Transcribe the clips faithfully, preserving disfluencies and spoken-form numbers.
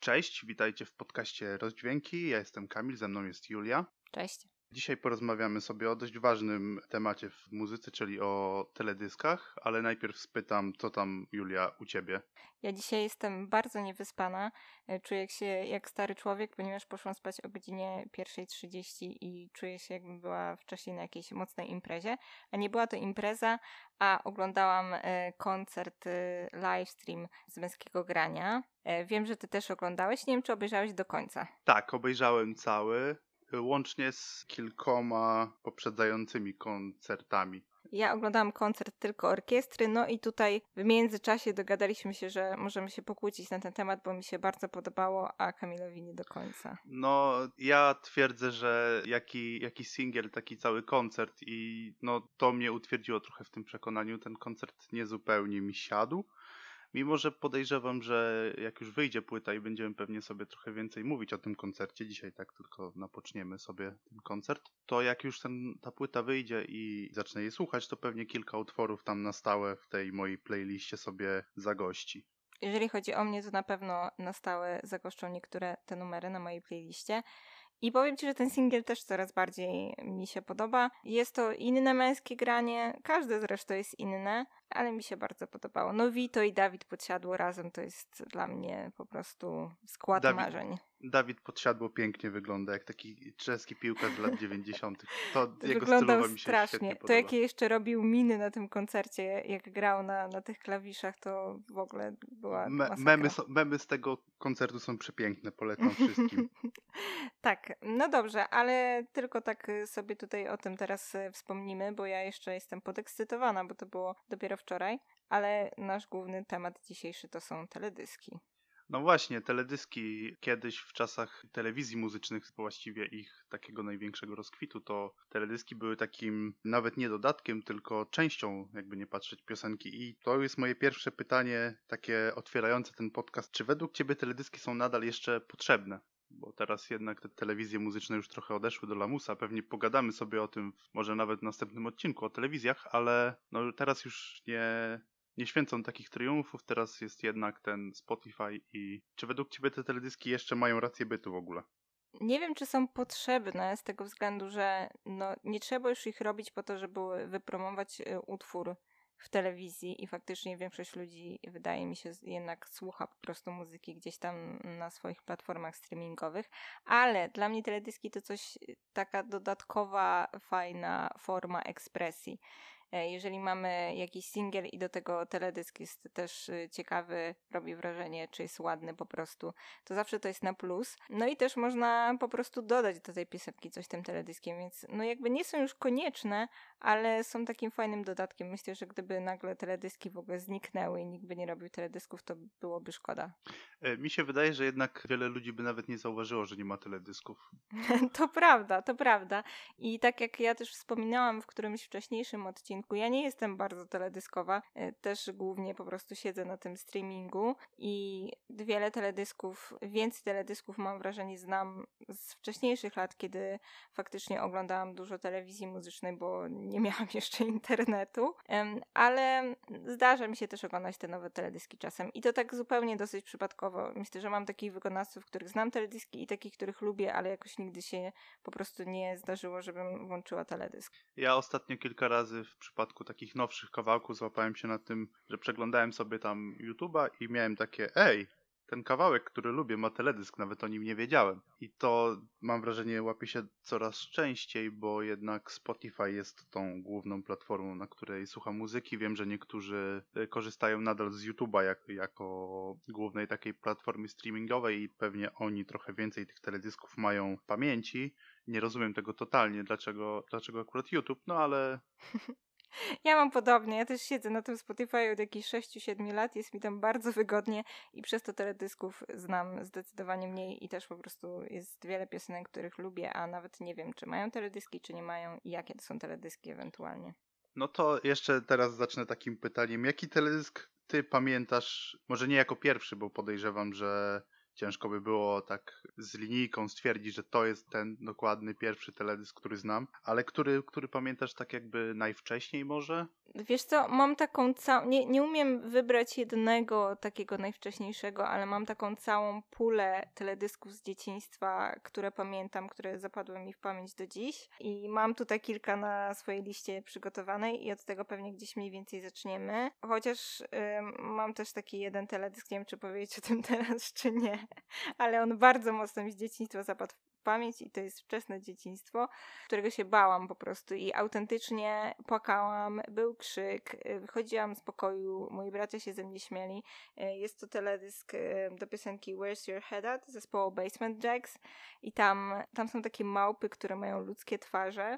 Cześć, witajcie w podcaście Rozdźwięki. Ja jestem Kamil, ze mną jest Julia. Cześć. Dzisiaj porozmawiamy sobie o dość ważnym temacie w muzyce, czyli o teledyskach, ale najpierw spytam, co tam, Julia, u ciebie? Ja dzisiaj jestem bardzo niewyspana. E, Czuję się jak stary człowiek, ponieważ poszłam spać o godzinie pierwszej trzydzieści i czuję się jakbym była wcześniej na jakiejś mocnej imprezie. A nie była to impreza, a oglądałam e, koncert, e, livestream z Męskiego Grania. E, Wiem, że ty też oglądałeś. Nie wiem, czy obejrzałeś do końca. Tak, obejrzałem cały, łącznie z kilkoma poprzedzającymi koncertami. Ja oglądałam koncert tylko orkiestry, no i tutaj w międzyczasie dogadaliśmy się, że możemy się pokłócić na ten temat, bo mi się bardzo podobało, a Kamilowi nie do końca. No, ja twierdzę, że jaki, jaki singiel, taki cały koncert i no to mnie utwierdziło trochę w tym przekonaniu. Ten koncert niezupełnie mi siadł. Mimo że podejrzewam, że jak już wyjdzie płyta i będziemy pewnie sobie trochę więcej mówić o tym koncercie, dzisiaj tak tylko napoczniemy sobie ten koncert, to jak już ten, ta płyta wyjdzie i zacznę jej słuchać, to pewnie kilka utworów tam na stałe w tej mojej playliście sobie zagości. Jeżeli chodzi o mnie, to na pewno na stałe zagoszczą niektóre te numery na mojej playliście. I powiem ci, że ten singiel też coraz bardziej mi się podoba. Jest to inne męskie granie, każde zresztą jest inne, ale mi się bardzo podobało. No Vito i Dawid Podsiadło razem to jest dla mnie po prostu skład Dawid, marzeń. Dawid Podsiadło pięknie wygląda, jak taki czeski piłkarz z lat dziewięćdziesiątych. To jego Wyglądał stylowa mi się świetnie strasznie. To podoba. jakie jeszcze robił miny na tym koncercie, jak grał na, na tych klawiszach, to w ogóle była Me, masakra. memy, są- memy z tego koncertu są przepiękne, polecam wszystkim. Tak, no dobrze, ale tylko tak y, sobie tutaj o tym teraz y, wspomnimy, bo ja jeszcze jestem podekscytowana, bo to było dopiero wczoraj, ale nasz główny temat dzisiejszy to są teledyski. No właśnie, teledyski kiedyś w czasach telewizji muzycznych, właściwie ich takiego największego rozkwitu, to teledyski były takim nawet nie dodatkiem, tylko częścią, jakby nie patrzeć, piosenki. I to jest moje pierwsze pytanie, takie otwierające ten podcast. Czy według ciebie teledyski są nadal jeszcze potrzebne? Bo teraz jednak te telewizje muzyczne już trochę odeszły do lamusa. Pewnie pogadamy sobie o tym, może nawet w następnym odcinku o telewizjach, ale no teraz już nie, nie święcą takich triumfów, teraz jest jednak ten Spotify i czy według ciebie te teledyski jeszcze mają rację bytu w ogóle? Nie wiem, czy są potrzebne z tego względu, że no, nie trzeba już ich robić po to, żeby wypromować y, utwór w telewizji i faktycznie większość ludzi, wydaje mi się, z- jednak słucha po prostu muzyki gdzieś tam na swoich platformach streamingowych, ale dla mnie teledyski to coś, y, taka dodatkowa, fajna forma ekspresji. E, Jeżeli mamy jakiś singiel i do tego teledysk jest też y, ciekawy, robi wrażenie, czy jest ładny po prostu, to zawsze to jest na plus. No i też można po prostu dodać do tej piosenki coś tym teledyskiem, więc no jakby nie są już konieczne, ale są takim fajnym dodatkiem. Myślę, że gdyby nagle teledyski w ogóle zniknęły i nikt by nie robił teledysków, to byłoby szkoda. E, Mi się wydaje, że jednak wiele ludzi by nawet nie zauważyło, że nie ma teledysków. To prawda, to prawda. I tak jak ja też wspominałam w którymś wcześniejszym odcinku, ja nie jestem bardzo teledyskowa, e, też głównie po prostu siedzę na tym streamingu i wiele teledysków, więcej teledysków mam wrażenie znam z wcześniejszych lat, kiedy faktycznie oglądałam dużo telewizji muzycznej, bo nie miałam jeszcze internetu, Em, ale zdarza mi się też oglądać te nowe teledyski czasem i to tak zupełnie dosyć przypadkowo. Myślę, że mam takich wykonawców, których znam teledyski i takich, których lubię, ale jakoś nigdy się po prostu nie zdarzyło, żebym włączyła teledysk. Ja ostatnio kilka razy w przypadku takich nowszych kawałków złapałem się na tym, że przeglądałem sobie tam YouTube'a i miałem takie, ej, ten kawałek, który lubię, ma teledysk, nawet o nim nie wiedziałem. I to mam wrażenie łapie się coraz częściej, bo jednak Spotify jest tą główną platformą, na której słucham muzyki. Wiem, że niektórzy y, korzystają nadal z YouTube'a jak, jako głównej takiej platformy streamingowej i pewnie oni trochę więcej tych teledysków mają w pamięci. Nie rozumiem tego totalnie, dlaczego, dlaczego akurat YouTube, no ale Ja mam podobnie, ja też siedzę na tym Spotify od jakichś sześć siedem lat, jest mi tam bardzo wygodnie i przez to teledysków znam zdecydowanie mniej i też po prostu jest wiele piosenek, których lubię, a nawet nie wiem, czy mają teledyski, czy nie mają i jakie to są teledyski ewentualnie. no to jeszcze teraz zacznę takim pytaniem. Jaki teledysk ty pamiętasz, może nie jako pierwszy, bo podejrzewam, że ciężko by było tak z linijką stwierdzić, że to jest ten dokładny pierwszy teledysk, który znam, ale który, który pamiętasz tak jakby najwcześniej może? Wiesz co, mam taką całą, nie, nie umiem wybrać jednego takiego najwcześniejszego, ale mam taką całą pulę teledysków z dzieciństwa, które pamiętam, które zapadły mi w pamięć do dziś i mam tutaj kilka na swojej liście przygotowanej i od tego pewnie gdzieś mniej więcej zaczniemy. Chociaż ym, mam też taki jeden teledysk, nie wiem czy powiedzieć o tym teraz czy nie, ale on bardzo mocno mi z dzieciństwa zapadł w pamięć i to jest wczesne dzieciństwo, którego się bałam po prostu i autentycznie płakałam, był krzyk, wychodziłam z pokoju, moi bracia się ze mnie śmieli. Jest to teledysk do piosenki Where's Your Head At zespołu Basement Jaxx i tam, tam są takie małpy, które mają ludzkie twarze.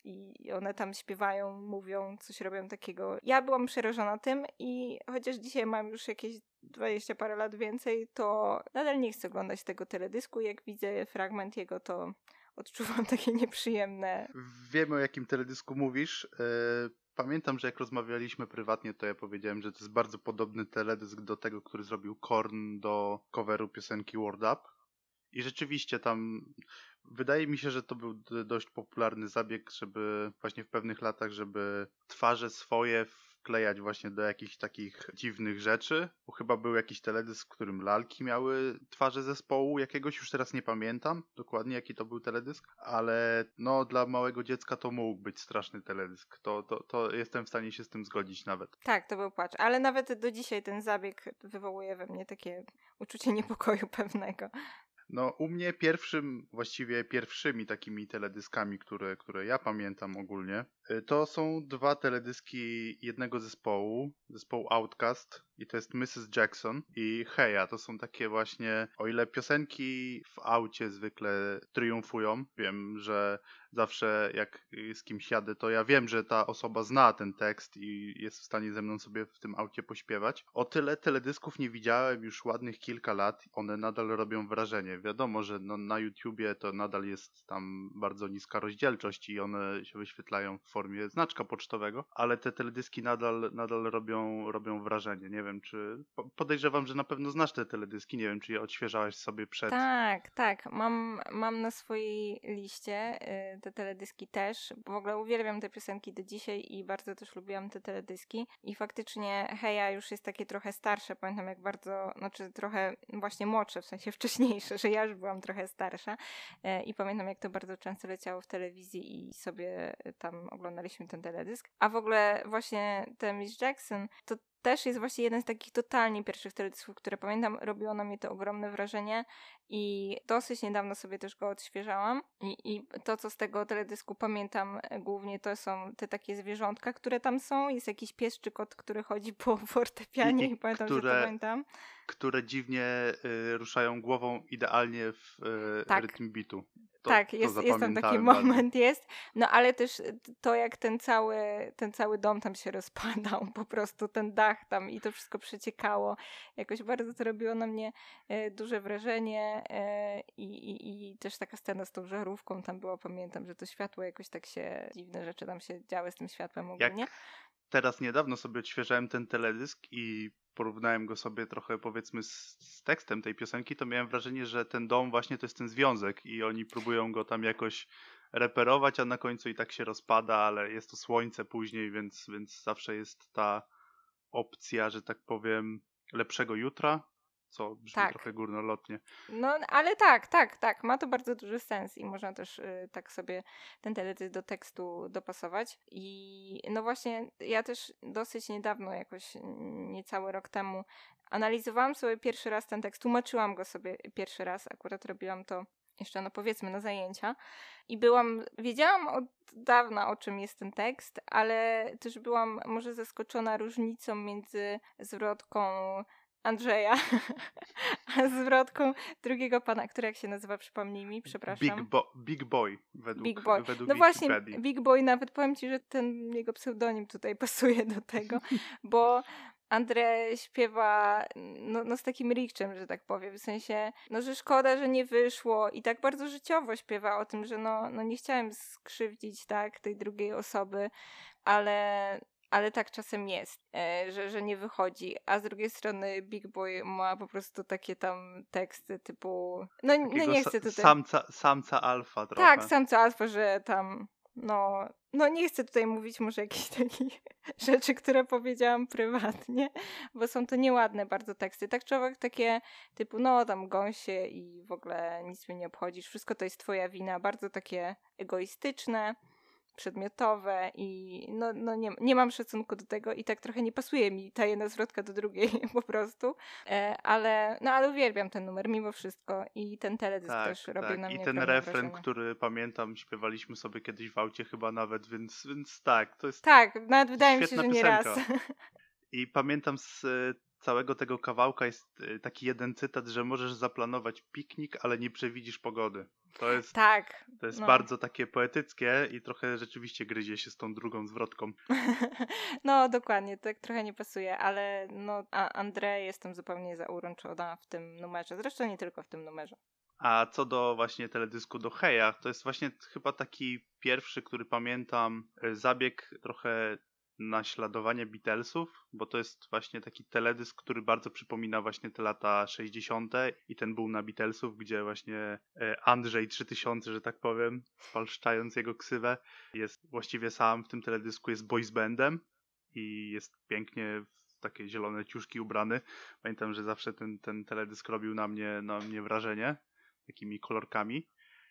I one tam śpiewają, mówią, coś robią takiego. Ja byłam przerażona tym i chociaż dzisiaj mam już jakieś dwadzieścia parę lat więcej, to nadal nie chcę oglądać tego teledysku. Jak widzę fragment jego, to odczuwam takie nieprzyjemne. Wiem, o jakim teledysku mówisz. Yy, Pamiętam, że jak rozmawialiśmy prywatnie, to ja powiedziałem, że to jest bardzo podobny teledysk do tego, który zrobił Korn do coveru piosenki Word Up. I rzeczywiście tam wydaje mi się, że to był d- dość popularny zabieg, żeby właśnie w pewnych latach, żeby twarze swoje wklejać właśnie do jakichś takich dziwnych rzeczy, bo chyba był jakiś teledysk, w którym lalki miały twarze zespołu jakiegoś, już teraz nie pamiętam dokładnie jaki to był teledysk, ale no dla małego dziecka to mógł być straszny teledysk, to, to, to jestem w stanie się z tym zgodzić nawet. Tak, to był płacz, ale nawet do dzisiaj ten zabieg wywołuje we mnie takie uczucie niepokoju pewnego. No, u mnie pierwszym, właściwie pierwszymi takimi teledyskami, które, które ja pamiętam ogólnie, y, to są dwa teledyski jednego zespołu, zespołu Outkast i to jest missus Jackson i Heja. To są takie właśnie, o ile piosenki w aucie zwykle triumfują, wiem, że zawsze jak z kimś jadę, to ja wiem, że ta osoba zna ten tekst i jest w stanie ze mną sobie w tym aucie pośpiewać. O tyle teledysków nie widziałem już ładnych kilka lat. One nadal robią wrażenie. Wiadomo, że no, na YouTubie to nadal jest tam bardzo niska rozdzielczość i one się wyświetlają w formie znaczka pocztowego, ale te teledyski nadal, nadal robią, robią wrażenie. Nie wiem, czy... po- Podejrzewam, że na pewno znasz te teledyski. Nie wiem, czy je odświeżałeś sobie przed... Tak, tak. Mam, mam na swojej liście y, te teledyski też. W ogóle uwielbiam te piosenki do dzisiaj i bardzo też lubiłam te teledyski. I faktycznie Heja już jest takie trochę starsze. Pamiętam jak bardzo, znaczy trochę właśnie młodsze, w sensie wcześniejsze, że ja już byłam trochę starsza. Y, I pamiętam jak to bardzo często leciało w telewizji i sobie tam oglądaliśmy ten teledysk. A w ogóle właśnie ten Miss Jackson to też jest właśnie jeden z takich totalnie pierwszych teledysków, które pamiętam, robiło na mnie to ogromne wrażenie i dosyć niedawno sobie też go odświeżałam i, i to, co z tego teledysku pamiętam e, głównie, to są te takie zwierzątka, które tam są, jest jakiś pies czy kot, który chodzi po fortepianie I, i, i pamiętam, że to które, pamiętam. które dziwnie y, ruszają głową idealnie w y, Tak. rytm bitu. To, Tak, to jest, jest tam taki zapamiętałem bardzo. moment, jest. No ale też to, jak ten cały, ten cały dom tam się rozpadał, po prostu ten dach tam i to wszystko przeciekało. Jakoś bardzo to robiło na mnie e, duże wrażenie e, i, i, i też taka scena z tą żarówką tam była, pamiętam, że to światło jakoś tak się, dziwne rzeczy tam się działy z tym światłem ogólnie. Jak teraz niedawno sobie odświeżałem ten teledysk i porównałem go sobie trochę powiedzmy z, z tekstem tej piosenki, to miałem wrażenie, że ten dom właśnie to jest ten związek i oni próbują go tam jakoś reperować, a na końcu i tak się rozpada, ale jest to słońce później, więc, więc zawsze jest ta opcja, że tak powiem, lepszego jutra, co brzmi Tak. trochę górnolotnie. No, ale tak, tak, tak, ma to bardzo duży sens i można też y, tak sobie ten teledysk do tekstu dopasować. I no właśnie, ja też dosyć niedawno, jakoś mm, niecały rok temu, analizowałam sobie pierwszy raz ten tekst, tłumaczyłam go sobie pierwszy raz, akurat robiłam to jeszcze, no powiedzmy, na zajęcia. I byłam, wiedziałam od dawna, o czym jest ten tekst, ale też byłam może zaskoczona różnicą między zwrotką Andrzeja, a zwrotką drugiego pana, który jak się nazywa, przypomnij mi, przepraszam. Big, bo, Big Boy według, Big Boy. według No właśnie, Wikipedii. Big Boy, nawet powiem ci, że ten jego pseudonim tutaj pasuje do tego, bo Andrzej śpiewa no, no z takim rikczem, że tak powiem, w sensie, no że szkoda, że nie wyszło i tak bardzo życiowo śpiewa o tym, że no, no nie chciałem skrzywdzić, tak, tej drugiej osoby, ale ale tak czasem jest, e, że, że nie wychodzi, a z drugiej strony Big Boy ma po prostu takie tam teksty typu, no, no Takiego nie sa- chcę tutaj, samca, samca alfa tak, trochę. samca alfa, że tam, no, no nie chcę tutaj mówić może jakichś takich rzeczy, które powiedziałam prywatnie, bo są to nieładne bardzo teksty. Tak człowiek takie typu, no tam gąsie i w ogóle nic mnie nie obchodzisz, wszystko to jest twoja wina, bardzo takie egoistyczne, przedmiotowe i no, no nie, nie mam szacunku do tego i tak trochę nie pasuje mi ta jedna zwrotka do drugiej po prostu, e, ale no ale uwielbiam ten numer mimo wszystko i ten teledysk Tak, też robił tak. na I mnie ten ogromne refren, wrażenie. który pamiętam, śpiewaliśmy sobie kiedyś w aucie chyba nawet, więc, więc tak, to jest Tak, nawet wydaje mi się, świetna że nie raz. piosenka. I pamiętam z e, całego tego kawałka jest e, taki jeden cytat, że możesz zaplanować piknik, ale nie przewidzisz pogody. To jest, Tak, to jest no. bardzo takie poetyckie i trochę rzeczywiście gryzie się z tą drugą zwrotką. No dokładnie, tak trochę nie pasuje, ale no a André jestem zupełnie zauroczona w tym numerze, zresztą nie tylko w tym numerze. A co do właśnie teledysku do Heja, to jest właśnie chyba taki pierwszy, który pamiętam, e, zabieg trochę naśladowania Beatlesów, bo to jest właśnie taki teledysk, który bardzo przypomina właśnie te lata sześćdziesiąte i ten był na Beatlesów, gdzie właśnie e, Andrzej trzy tysiące, że tak powiem, spalszczając jego ksywę, jest właściwie sam w tym teledysku, jest boys bandem i jest pięknie w takie zielone ciuszki ubrany. Pamiętam, że zawsze ten, ten teledysk robił na mnie, na mnie wrażenie takimi kolorkami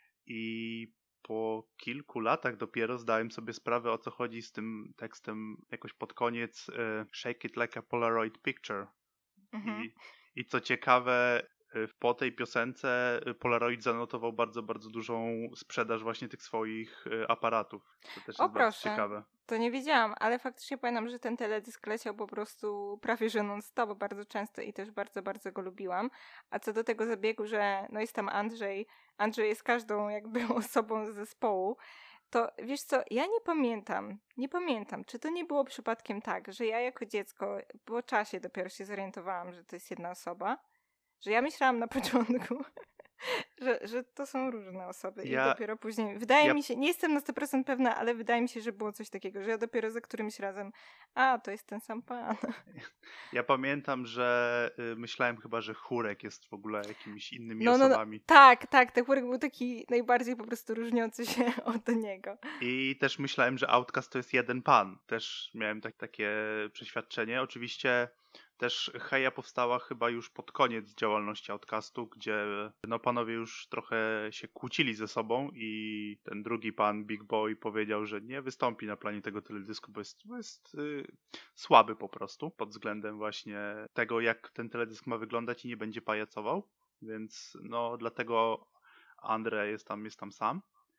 i po kilku latach dopiero zdałem sobie sprawę, o co chodzi z tym tekstem jakoś pod koniec e, Shake it like a Polaroid picture. Mhm. I, I co ciekawe, e, po tej piosence e, Polaroid zanotował bardzo, bardzo dużą sprzedaż właśnie tych swoich e, aparatów. To też O jest bardzo proszę, ciekawe. to nie wiedziałam, ale faktycznie pamiętam, że ten teledysk leciał po prostu prawie że non-stop, bardzo często i też bardzo, bardzo go lubiłam. A co do tego zabiegu, że no jest tam Andrzej, Andrzej jest każdą jakby osobą z zespołu, to wiesz co, ja nie pamiętam, nie pamiętam, czy to nie było przypadkiem tak, że ja jako dziecko po czasie dopiero się zorientowałam, że to jest jedna osoba, że ja myślałam na początku, że, że to są różne osoby i Ja, dopiero później, wydaje ja mi się, nie jestem na sto procent pewna, ale wydaje mi się, że było coś takiego, że ja dopiero za którymś razem, a to jest ten sam pan. Ja pamiętam, że y, myślałem chyba, że Chórek jest w ogóle jakimiś innymi No, no, no, osobami. tak, tak, ten chórek był taki najbardziej po prostu różniący się od niego. I też myślałem, że Outcast to jest jeden pan. Też miałem tak, takie przeświadczenie. Oczywiście też Heja powstała chyba już pod koniec działalności Outcastu, gdzie no panowie już trochę się kłócili ze sobą i ten drugi pan, Big Boy, powiedział, że nie wystąpi na planie tego teledysku, bo jest, bo jest y, słaby po prostu pod względem właśnie tego, jak ten teledysk ma wyglądać i nie będzie pajacował. Więc no dlatego Andre jest tam, jest tam sam.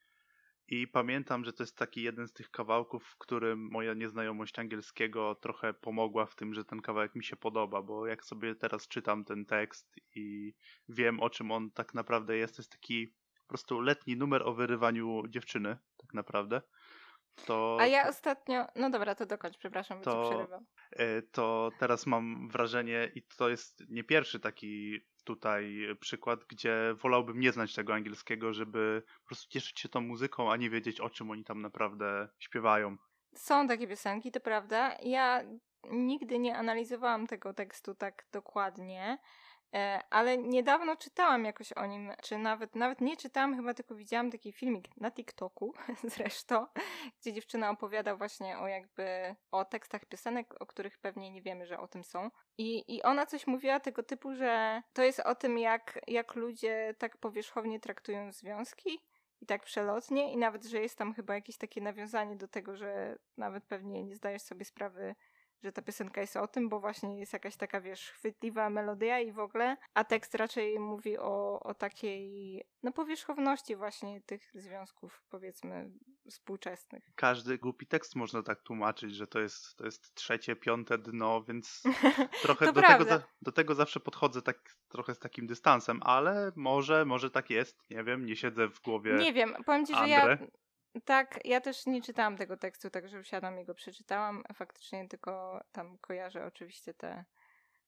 I pamiętam, że to jest taki jeden z tych kawałków, w którym moja nieznajomość angielskiego trochę pomogła w tym, że ten kawałek mi się podoba, bo jak sobie teraz czytam ten tekst i wiem, o czym on tak naprawdę jest, to jest taki po prostu letni numer o wyrywaniu dziewczyny, tak naprawdę. To, A ja to, ostatnio, no dobra, to dokończ, przepraszam, bo ci to, przerywam. e, to teraz mam wrażenie, i to jest nie pierwszy taki tutaj przykład, gdzie wolałbym nie znać tego angielskiego, żeby po prostu cieszyć się tą muzyką, a nie wiedzieć, o czym oni tam naprawdę śpiewają. Są takie piosenki, to prawda. Ja nigdy nie analizowałam tego tekstu tak dokładnie, e, ale niedawno czytałam jakoś o nim, czy nawet, nawet nie czytałam, chyba tylko widziałam taki filmik na TikToku zresztą, gdzie dziewczyna opowiada właśnie o jakby, o tekstach piosenek, o których pewnie nie wiemy, że o tym są. I, i ona coś mówiła tego typu, że to jest o tym, jak, jak ludzie tak powierzchownie traktują związki, i tak przelotnie i nawet, że jest tam chyba jakieś takie nawiązanie do tego, że nawet pewnie nie zdajesz sobie sprawy, że ta piosenka jest o tym, bo właśnie jest jakaś taka, wiesz, chwytliwa melodia i w ogóle, a tekst raczej mówi o, o takiej, no powierzchowności właśnie tych związków, powiedzmy, współczesnych. Każdy głupi tekst można tak tłumaczyć, że to jest, to jest trzecie, piąte dno, więc trochę To do tego, prawda. za- do tego zawsze podchodzę tak trochę z takim dystansem, ale może, może tak jest, nie wiem, nie siedzę w głowie Nie wiem, powiem ci, że ja Andre. tak, ja też nie czytałam tego tekstu, także usiadłam i go przeczytałam. Faktycznie tylko tam kojarzę oczywiście te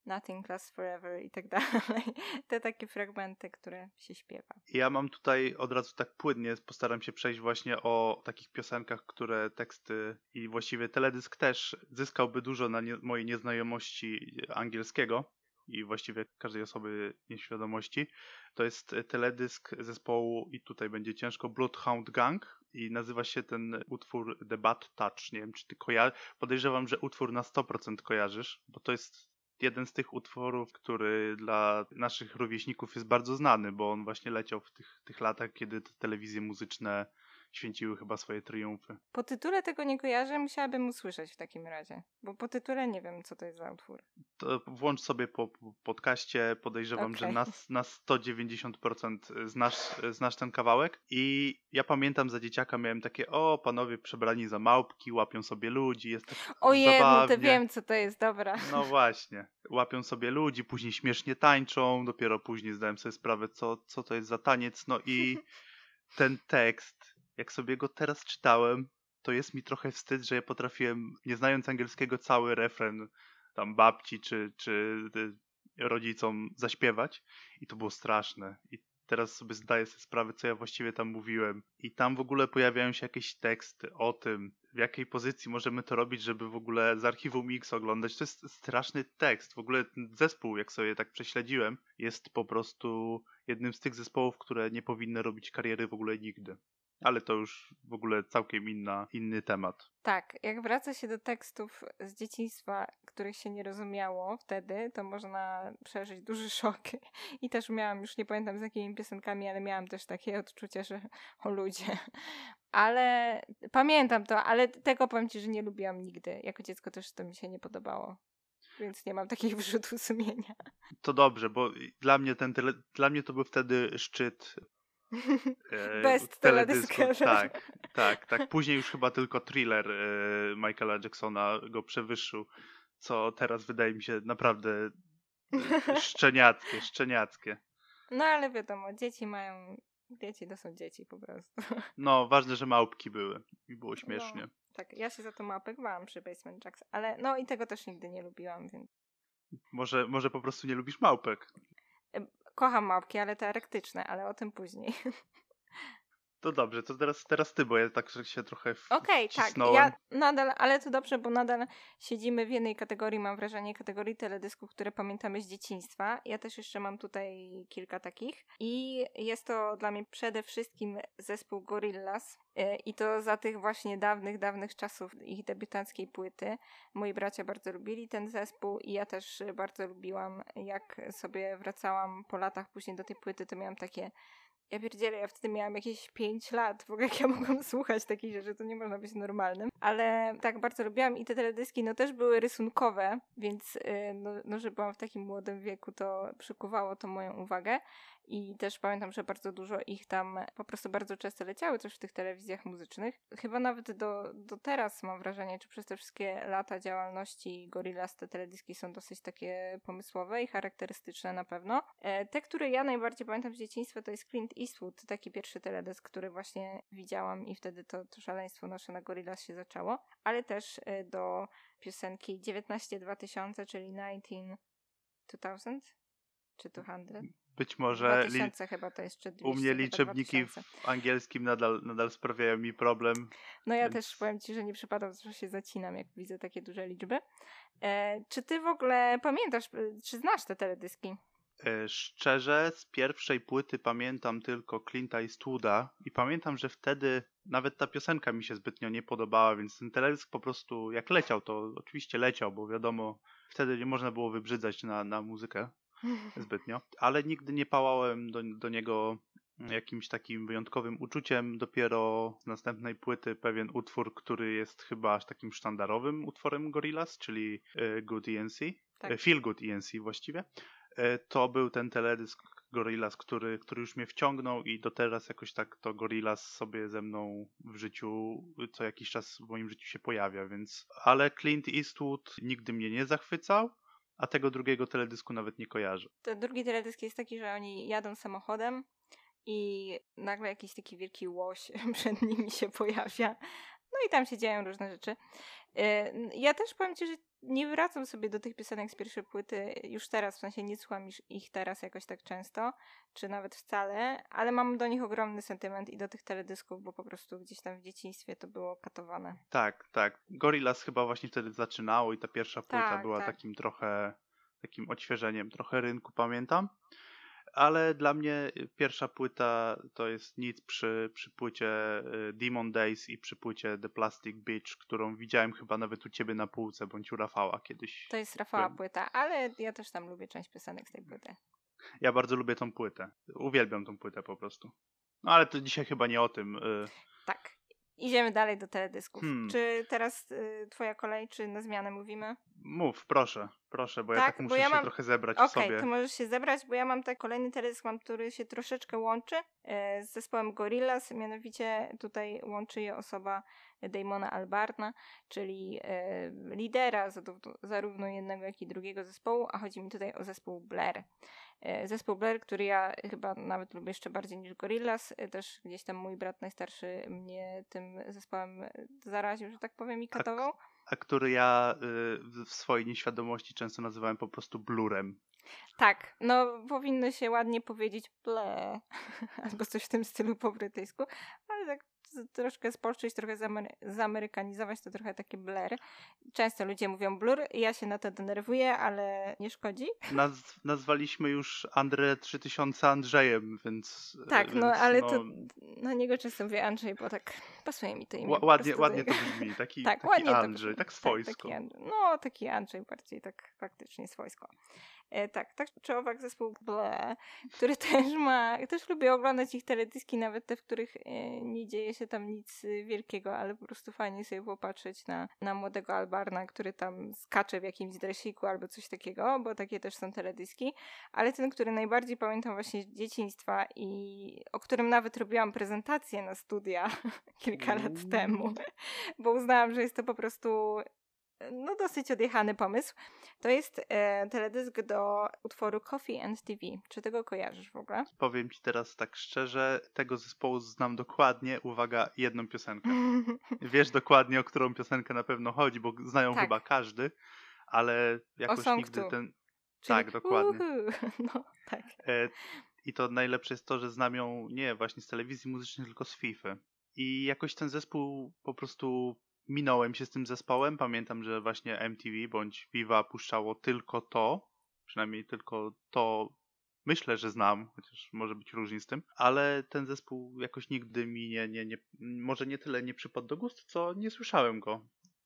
Nothing Lasts Forever i tak dalej. Te takie fragmenty, które się śpiewa. Ja mam tutaj od razu tak płynnie, postaram się przejść właśnie o takich piosenkach, które teksty i właściwie teledysk też zyskałby dużo na nie, mojej nieznajomości angielskiego i właściwie każdej osoby nieświadomości. To jest teledysk zespołu, i tutaj będzie ciężko, Bloodhound Gang i nazywa się ten utwór The Bad Touch. Nie wiem, czy ty kojarzysz. Podejrzewam, że utwór na sto procent kojarzysz, bo to jest jeden z tych utworów, który dla naszych rówieśników jest bardzo znany, bo on właśnie leciał w tych, tych latach, kiedy te telewizje muzyczne święciły chyba swoje triumfy. Po tytule tego nie kojarzę, musiałabym usłyszeć w takim razie, bo po tytule nie wiem, co to jest za utwór. To włącz sobie po, po podcaście, podejrzewam, Okay. że na, na sto dziewięćdziesiąt procent znasz, znasz ten kawałek. I ja pamiętam, za dzieciaka miałem takie, o, panowie przebrani za małpki, łapią sobie ludzi, jest tak Ojej, no zabawnie. to wiem, co to jest, dobra. No właśnie, łapią sobie ludzi, później śmiesznie tańczą, dopiero później zdałem sobie sprawę, co, co to jest za taniec. No i ten tekst, jak sobie go teraz czytałem, to jest mi trochę wstyd, że ja potrafiłem, nie znając angielskiego, cały refren tam babci czy, czy rodzicom zaśpiewać i to było straszne. I teraz sobie zdaję sobie sprawę, co ja właściwie tam mówiłem. I tam w ogóle pojawiają się jakieś teksty o tym, w jakiej pozycji możemy to robić, żeby w ogóle z archiwum Mix oglądać. To jest straszny tekst. W ogóle ten zespół, jak sobie tak prześledziłem, jest po prostu jednym z tych zespołów, które nie powinny robić kariery w ogóle nigdy. Ale to już w ogóle całkiem inna, inny temat. Tak, jak wraca się do tekstów z dzieciństwa, których się nie rozumiało wtedy, to można przeżyć duży szok. I też miałam, już nie pamiętam z jakimi piosenkami, ale miałam też takie odczucie, że o ludzie. Ale pamiętam to, ale tego powiem ci, że nie lubiłam nigdy. Jako dziecko też to mi się nie podobało. Więc nie mam takich wyrzutów sumienia. To dobrze, bo dla mnie ten tele, dla mnie to był wtedy szczyt e, Best teledysku. teledysku. Tak, tak, tak. Później już chyba tylko Thriller e, Michaela Jacksona go przewyższył, co teraz wydaje mi się naprawdę e, szczeniackie, szczeniackie. No ale wiadomo, dzieci mają... Dzieci to są dzieci po prostu. No, ważne, że małpki były i było śmiesznie. No, tak, ja się za to małpek bałam przy Basement Jacks, ale no i tego też nigdy nie lubiłam, więc... Może, może po prostu nie lubisz małpek. Kocham małpki, ale te erektyczne, ale o tym później. To dobrze, to teraz, teraz ty, bo ja tak się trochę w, Okej, okay, tak, wcisnąłem. ja nadal, ale to dobrze, bo nadal siedzimy w jednej kategorii, mam wrażenie, kategorii teledysków, które pamiętamy z dzieciństwa. Ja też jeszcze mam tutaj kilka takich i jest to dla mnie przede wszystkim zespół Gorillaz i to za tych właśnie dawnych, dawnych czasów ich debiutanckiej płyty. Moi bracia bardzo lubili ten zespół i ja też bardzo lubiłam. Jak sobie wracałam po latach później do tej płyty, to miałam takie... Ja pierdzielę, ja wtedy miałam jakieś pięć lat, w ogóle jak ja mogłam słuchać takich rzeczy, to nie można być normalnym. Ale tak bardzo lubiłam i te teledyski no też były rysunkowe, więc yy, no, no, że byłam w takim młodym wieku, to przykuwało to moją uwagę. I też pamiętam, że bardzo dużo ich tam po prostu bardzo często leciały też w tych telewizjach muzycznych. Chyba nawet do, do teraz mam wrażenie, czy przez te wszystkie lata działalności Gorillaz te teledyski są dosyć takie pomysłowe i charakterystyczne na pewno. E, te, które ja najbardziej pamiętam z dzieciństwa, to jest Clint Eastwood, taki pierwszy teledysk, który właśnie widziałam i wtedy to, to szaleństwo nasze na Gorillaz się zaczęło. Ale też e, do piosenki dziewiętnaście dwa tysiące, czyli dziewiętnaście dwa tysiące? Czy dwieście? Być może dwa tysiące li... chyba to jest, czy dwieście, u mnie liczebniki w angielskim nadal, nadal sprawiają mi problem. No ja więc... też powiem ci, że nie przypadam, że się zacinam, jak widzę takie duże liczby. E, czy ty w ogóle pamiętasz, czy znasz te teledyski? E, szczerze, z pierwszej płyty pamiętam tylko Clint'a Eastwooda i pamiętam, że wtedy nawet ta piosenka mi się zbytnio nie podobała, więc ten teledysk po prostu jak leciał, to oczywiście leciał, bo wiadomo, wtedy nie można było wybrzydzać na, na muzykę zbytnio, ale nigdy nie pałałem do, do niego jakimś takim wyjątkowym uczuciem. Dopiero z następnej płyty pewien utwór, który jest chyba aż takim sztandarowym utworem Gorillaz, czyli Good E N C, tak. Feel Good E N C właściwie. To był ten teledysk Gorillaz, który, który już mnie wciągnął i do teraz jakoś tak to Gorillaz sobie ze mną w życiu co jakiś czas w moim życiu się pojawia, więc ale Clint Eastwood nigdy mnie nie zachwycał. A tego drugiego teledysku nawet nie kojarzę. Ten drugi teledysk jest taki, że oni jadą samochodem i nagle jakiś taki wielki łoś przed nimi się pojawia. No i tam się dzieją różne rzeczy. Ja też powiem ci, że nie wracam sobie do tych piosenek z pierwszej płyty już teraz, w sensie nie słucham ich teraz jakoś tak często, czy nawet wcale, ale mam do nich ogromny sentyment i do tych teledysków, bo po prostu gdzieś tam w dzieciństwie to było katowane. Tak, tak. Gorillaz chyba właśnie wtedy zaczynało i ta pierwsza płyta Tak, była tak. takim trochę, takim odświeżeniem, trochę rynku, pamiętam. Ale dla mnie pierwsza płyta to jest nic przy, przy płycie Demon Days i przy płycie The Plastic Beach, którą widziałem chyba nawet u ciebie na półce, bądź u Rafała kiedyś. To jest Rafała płyta, ale ja też tam lubię część piosenek z tej płyty. Ja bardzo lubię tą płytę. Uwielbiam tą płytę po prostu. No ale to dzisiaj chyba nie o tym. Tak. Idziemy dalej do teledysków. Hmm. Czy teraz y, twoja kolej, czy na zmianę mówimy? Mów, proszę, proszę, bo tak, ja tak muszę ja się mam... trochę zebrać okay, w sobie. Okej, to możesz się zebrać, bo ja mam tak kolejny teledysk, mam, który się troszeczkę łączy e, z zespołem Gorillaz, mianowicie tutaj łączy je osoba Damona Albarna, czyli e, lidera zarówno jednego, jak i drugiego zespołu, a chodzi mi tutaj o zespół Blur. E, zespół Blur, który ja chyba nawet lubię jeszcze bardziej niż Gorillaz, e, też gdzieś tam mój brat najstarszy mnie tym zespołem zaraził, że tak powiem, i katował. A, a który ja y, w swojej nieświadomości często nazywałem po prostu blurem. Tak, no powinno się ładnie powiedzieć ble, albo coś w tym stylu po brytyjsku, ale tak troszkę spolszczyć, trochę zamery- zamerykanizować, to trochę takie blur. Często ludzie mówią blur, ja się na to denerwuję, ale nie szkodzi. Naz- nazwaliśmy już Andrę trzy tysiące Andrzejem, więc... Tak, więc, no ale no, to na niego często mówię Andrzej, bo tak pasuje mi to imię. Ł- ładnie, ładnie to brzmi, taki, tak, taki ładnie Andrzej, to tak brzmi. swojsko. Tak, taki Andrzej. No, taki Andrzej bardziej, tak faktycznie swojsko. E, tak, tak czy owak zespół Ble, który też ma, też lubię oglądać ich teledyski, nawet te, w których e, nie dzieje się tam nic wielkiego, ale po prostu fajnie sobie popatrzeć na, na młodego Albarna, który tam skacze w jakimś dresiku albo coś takiego, bo takie też są teledyski, ale ten, który najbardziej pamiętam właśnie z dzieciństwa i o którym nawet robiłam prezentację na studia kilka lat temu, bo uznałam, że jest to po prostu no dosyć odjechany pomysł. To jest e, teledysk do utworu Coffee and T V. Czy tego kojarzysz w ogóle? Powiem ci teraz tak szczerze, tego zespołu znam dokładnie, uwaga, jedną piosenkę. Wiesz dokładnie, o którą piosenkę na pewno chodzi, bo znają tak. chyba każdy, ale jakoś o nigdy tu. ten... Czyli tak, dokładnie. No, tak. E, I to najlepsze jest to, że znam ją nie właśnie z telewizji muzycznej, tylko z FIFA. I jakoś ten zespół po prostu... Minąłem się z tym zespołem. Pamiętam, że właśnie M T V bądź Viva puszczało tylko to. Przynajmniej tylko to myślę, że znam, chociaż może być różnie z tym. Ale ten zespół jakoś nigdy mi nie, nie, nie może nie tyle nie przypadł do gustu, co nie słyszałem go.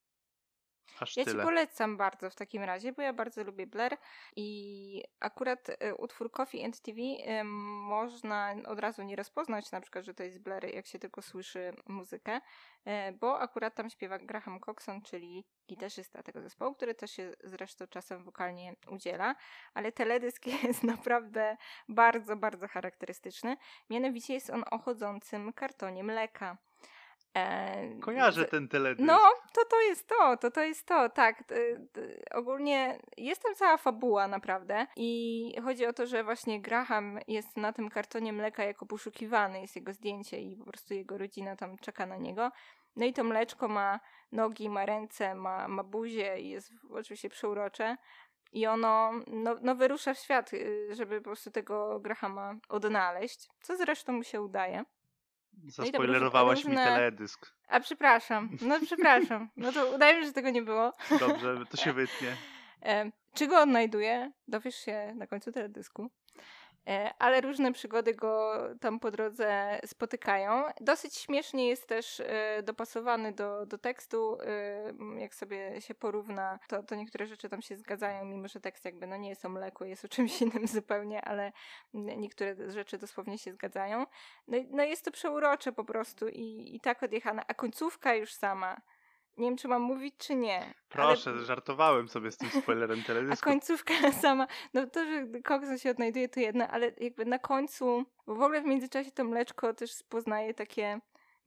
Aż ja tyle. ci polecam bardzo w takim razie, bo ja bardzo lubię Blur i akurat y, utwór Coffee and T V y, można od razu nie rozpoznać, na przykład, że to jest Blur, jak się tylko słyszy muzykę, y, bo akurat tam śpiewa Graham Coxon, czyli gitarzysta tego zespołu, który też się zresztą czasem wokalnie udziela, ale teledysk jest naprawdę bardzo, bardzo charakterystyczny. Mianowicie jest on o chodzącym kartonie mleka. E, Kojarzę z... ten teledysk. No, to to jest to, to to jest to, tak. D- d- ogólnie jest tam cała fabuła naprawdę i chodzi o to, że właśnie Graham jest na tym kartonie mleka jako poszukiwany, jest jego zdjęcie i po prostu jego rodzina tam czeka na niego. No i to mleczko ma nogi, ma ręce, ma, ma buzię i jest oczywiście przeurocze. I ono no, no wyrusza w świat, żeby po prostu tego Grahama odnaleźć, co zresztą mu się udaje. Zaspoilerowałaś różne... mi teledysk. A przepraszam, no przepraszam. No to udajmy, że tego nie było. Dobrze, to się wytnie. E, czy go odnajduje? Dowiesz się na końcu teledysku. E, ale różne przygody go tam po drodze spotykają. Dosyć śmiesznie jest też e, dopasowany do, do tekstu. E, jak sobie się porówna, to, to niektóre rzeczy tam się zgadzają, mimo że tekst jakby no nie jest o mleku, jest o czymś innym zupełnie, ale niektóre rzeczy dosłownie się zgadzają. No, no jest to przeurocze po prostu i, i tak odjechane. A końcówka już sama. Nie wiem, czy mam mówić, czy nie. Proszę, ale... żartowałem sobie z tym spoilerem teledysku. A końcówka sama, no to, że Coxon się odnajduje, to jedno, ale jakby na końcu, bo w ogóle w międzyczasie to mleczko też poznaje takie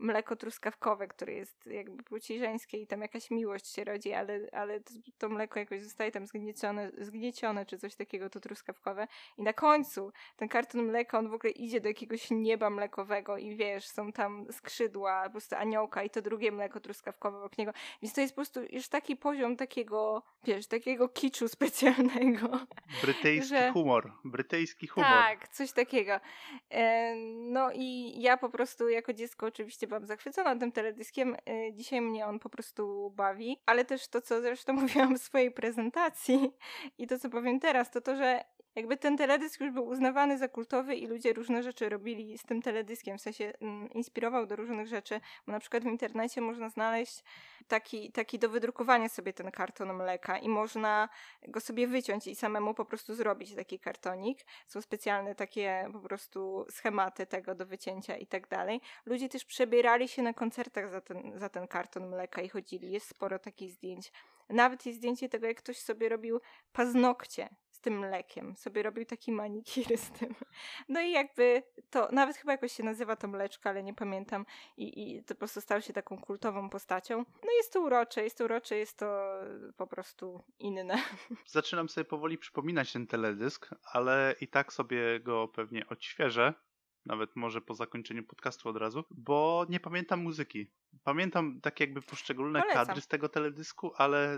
mleko truskawkowe, które jest jakby płci żeńskiej i tam jakaś miłość się rodzi, ale, ale to, to mleko jakoś zostaje tam zgniecione, zgniecione czy coś takiego, to truskawkowe. I na końcu ten karton mleka, on w ogóle idzie do jakiegoś nieba mlekowego i wiesz, są tam skrzydła, po prostu aniołka i to drugie mleko truskawkowe wokół niego. Więc to jest po prostu już taki poziom takiego, wiesz, takiego kiczu specjalnego. Brytyjski że... humor, brytyjski humor. Tak, coś takiego. E, no i ja po prostu jako dziecko oczywiście byłam zachwycona tym teledyskiem. E, dzisiaj mnie on po prostu bawi, ale też to, co zresztą mówiłam w swojej prezentacji i to, co powiem teraz, to to, że jakby ten teledysk już był uznawany za kultowy i ludzie różne rzeczy robili z tym teledyskiem, w sensie mm, inspirował do różnych rzeczy, bo na przykład w internecie można znaleźć taki, taki do wydrukowania sobie ten karton mleka i można go sobie wyciąć i samemu po prostu zrobić taki kartonik. Są specjalne takie po prostu schematy tego do wycięcia i tak dalej. Ludzie też przebierali się na koncertach za ten, za ten karton mleka i chodzili. Jest sporo takich zdjęć. Nawet jest zdjęcie tego, jak ktoś sobie robił paznokcie z tym mlekiem. Sobie robił taki manikiry z tym. No i jakby to, nawet chyba jakoś się nazywa to mleczko, ale nie pamiętam. I, i to po prostu stało się taką kultową postacią. No jest to urocze, jest to urocze, jest to po prostu inne. Zaczynam sobie powoli przypominać ten teledysk, ale i tak sobie go pewnie odświeżę. Nawet może po zakończeniu podcastu od razu, bo nie pamiętam muzyki. Pamiętam tak jakby poszczególne Polecam. kadry z tego teledysku, ale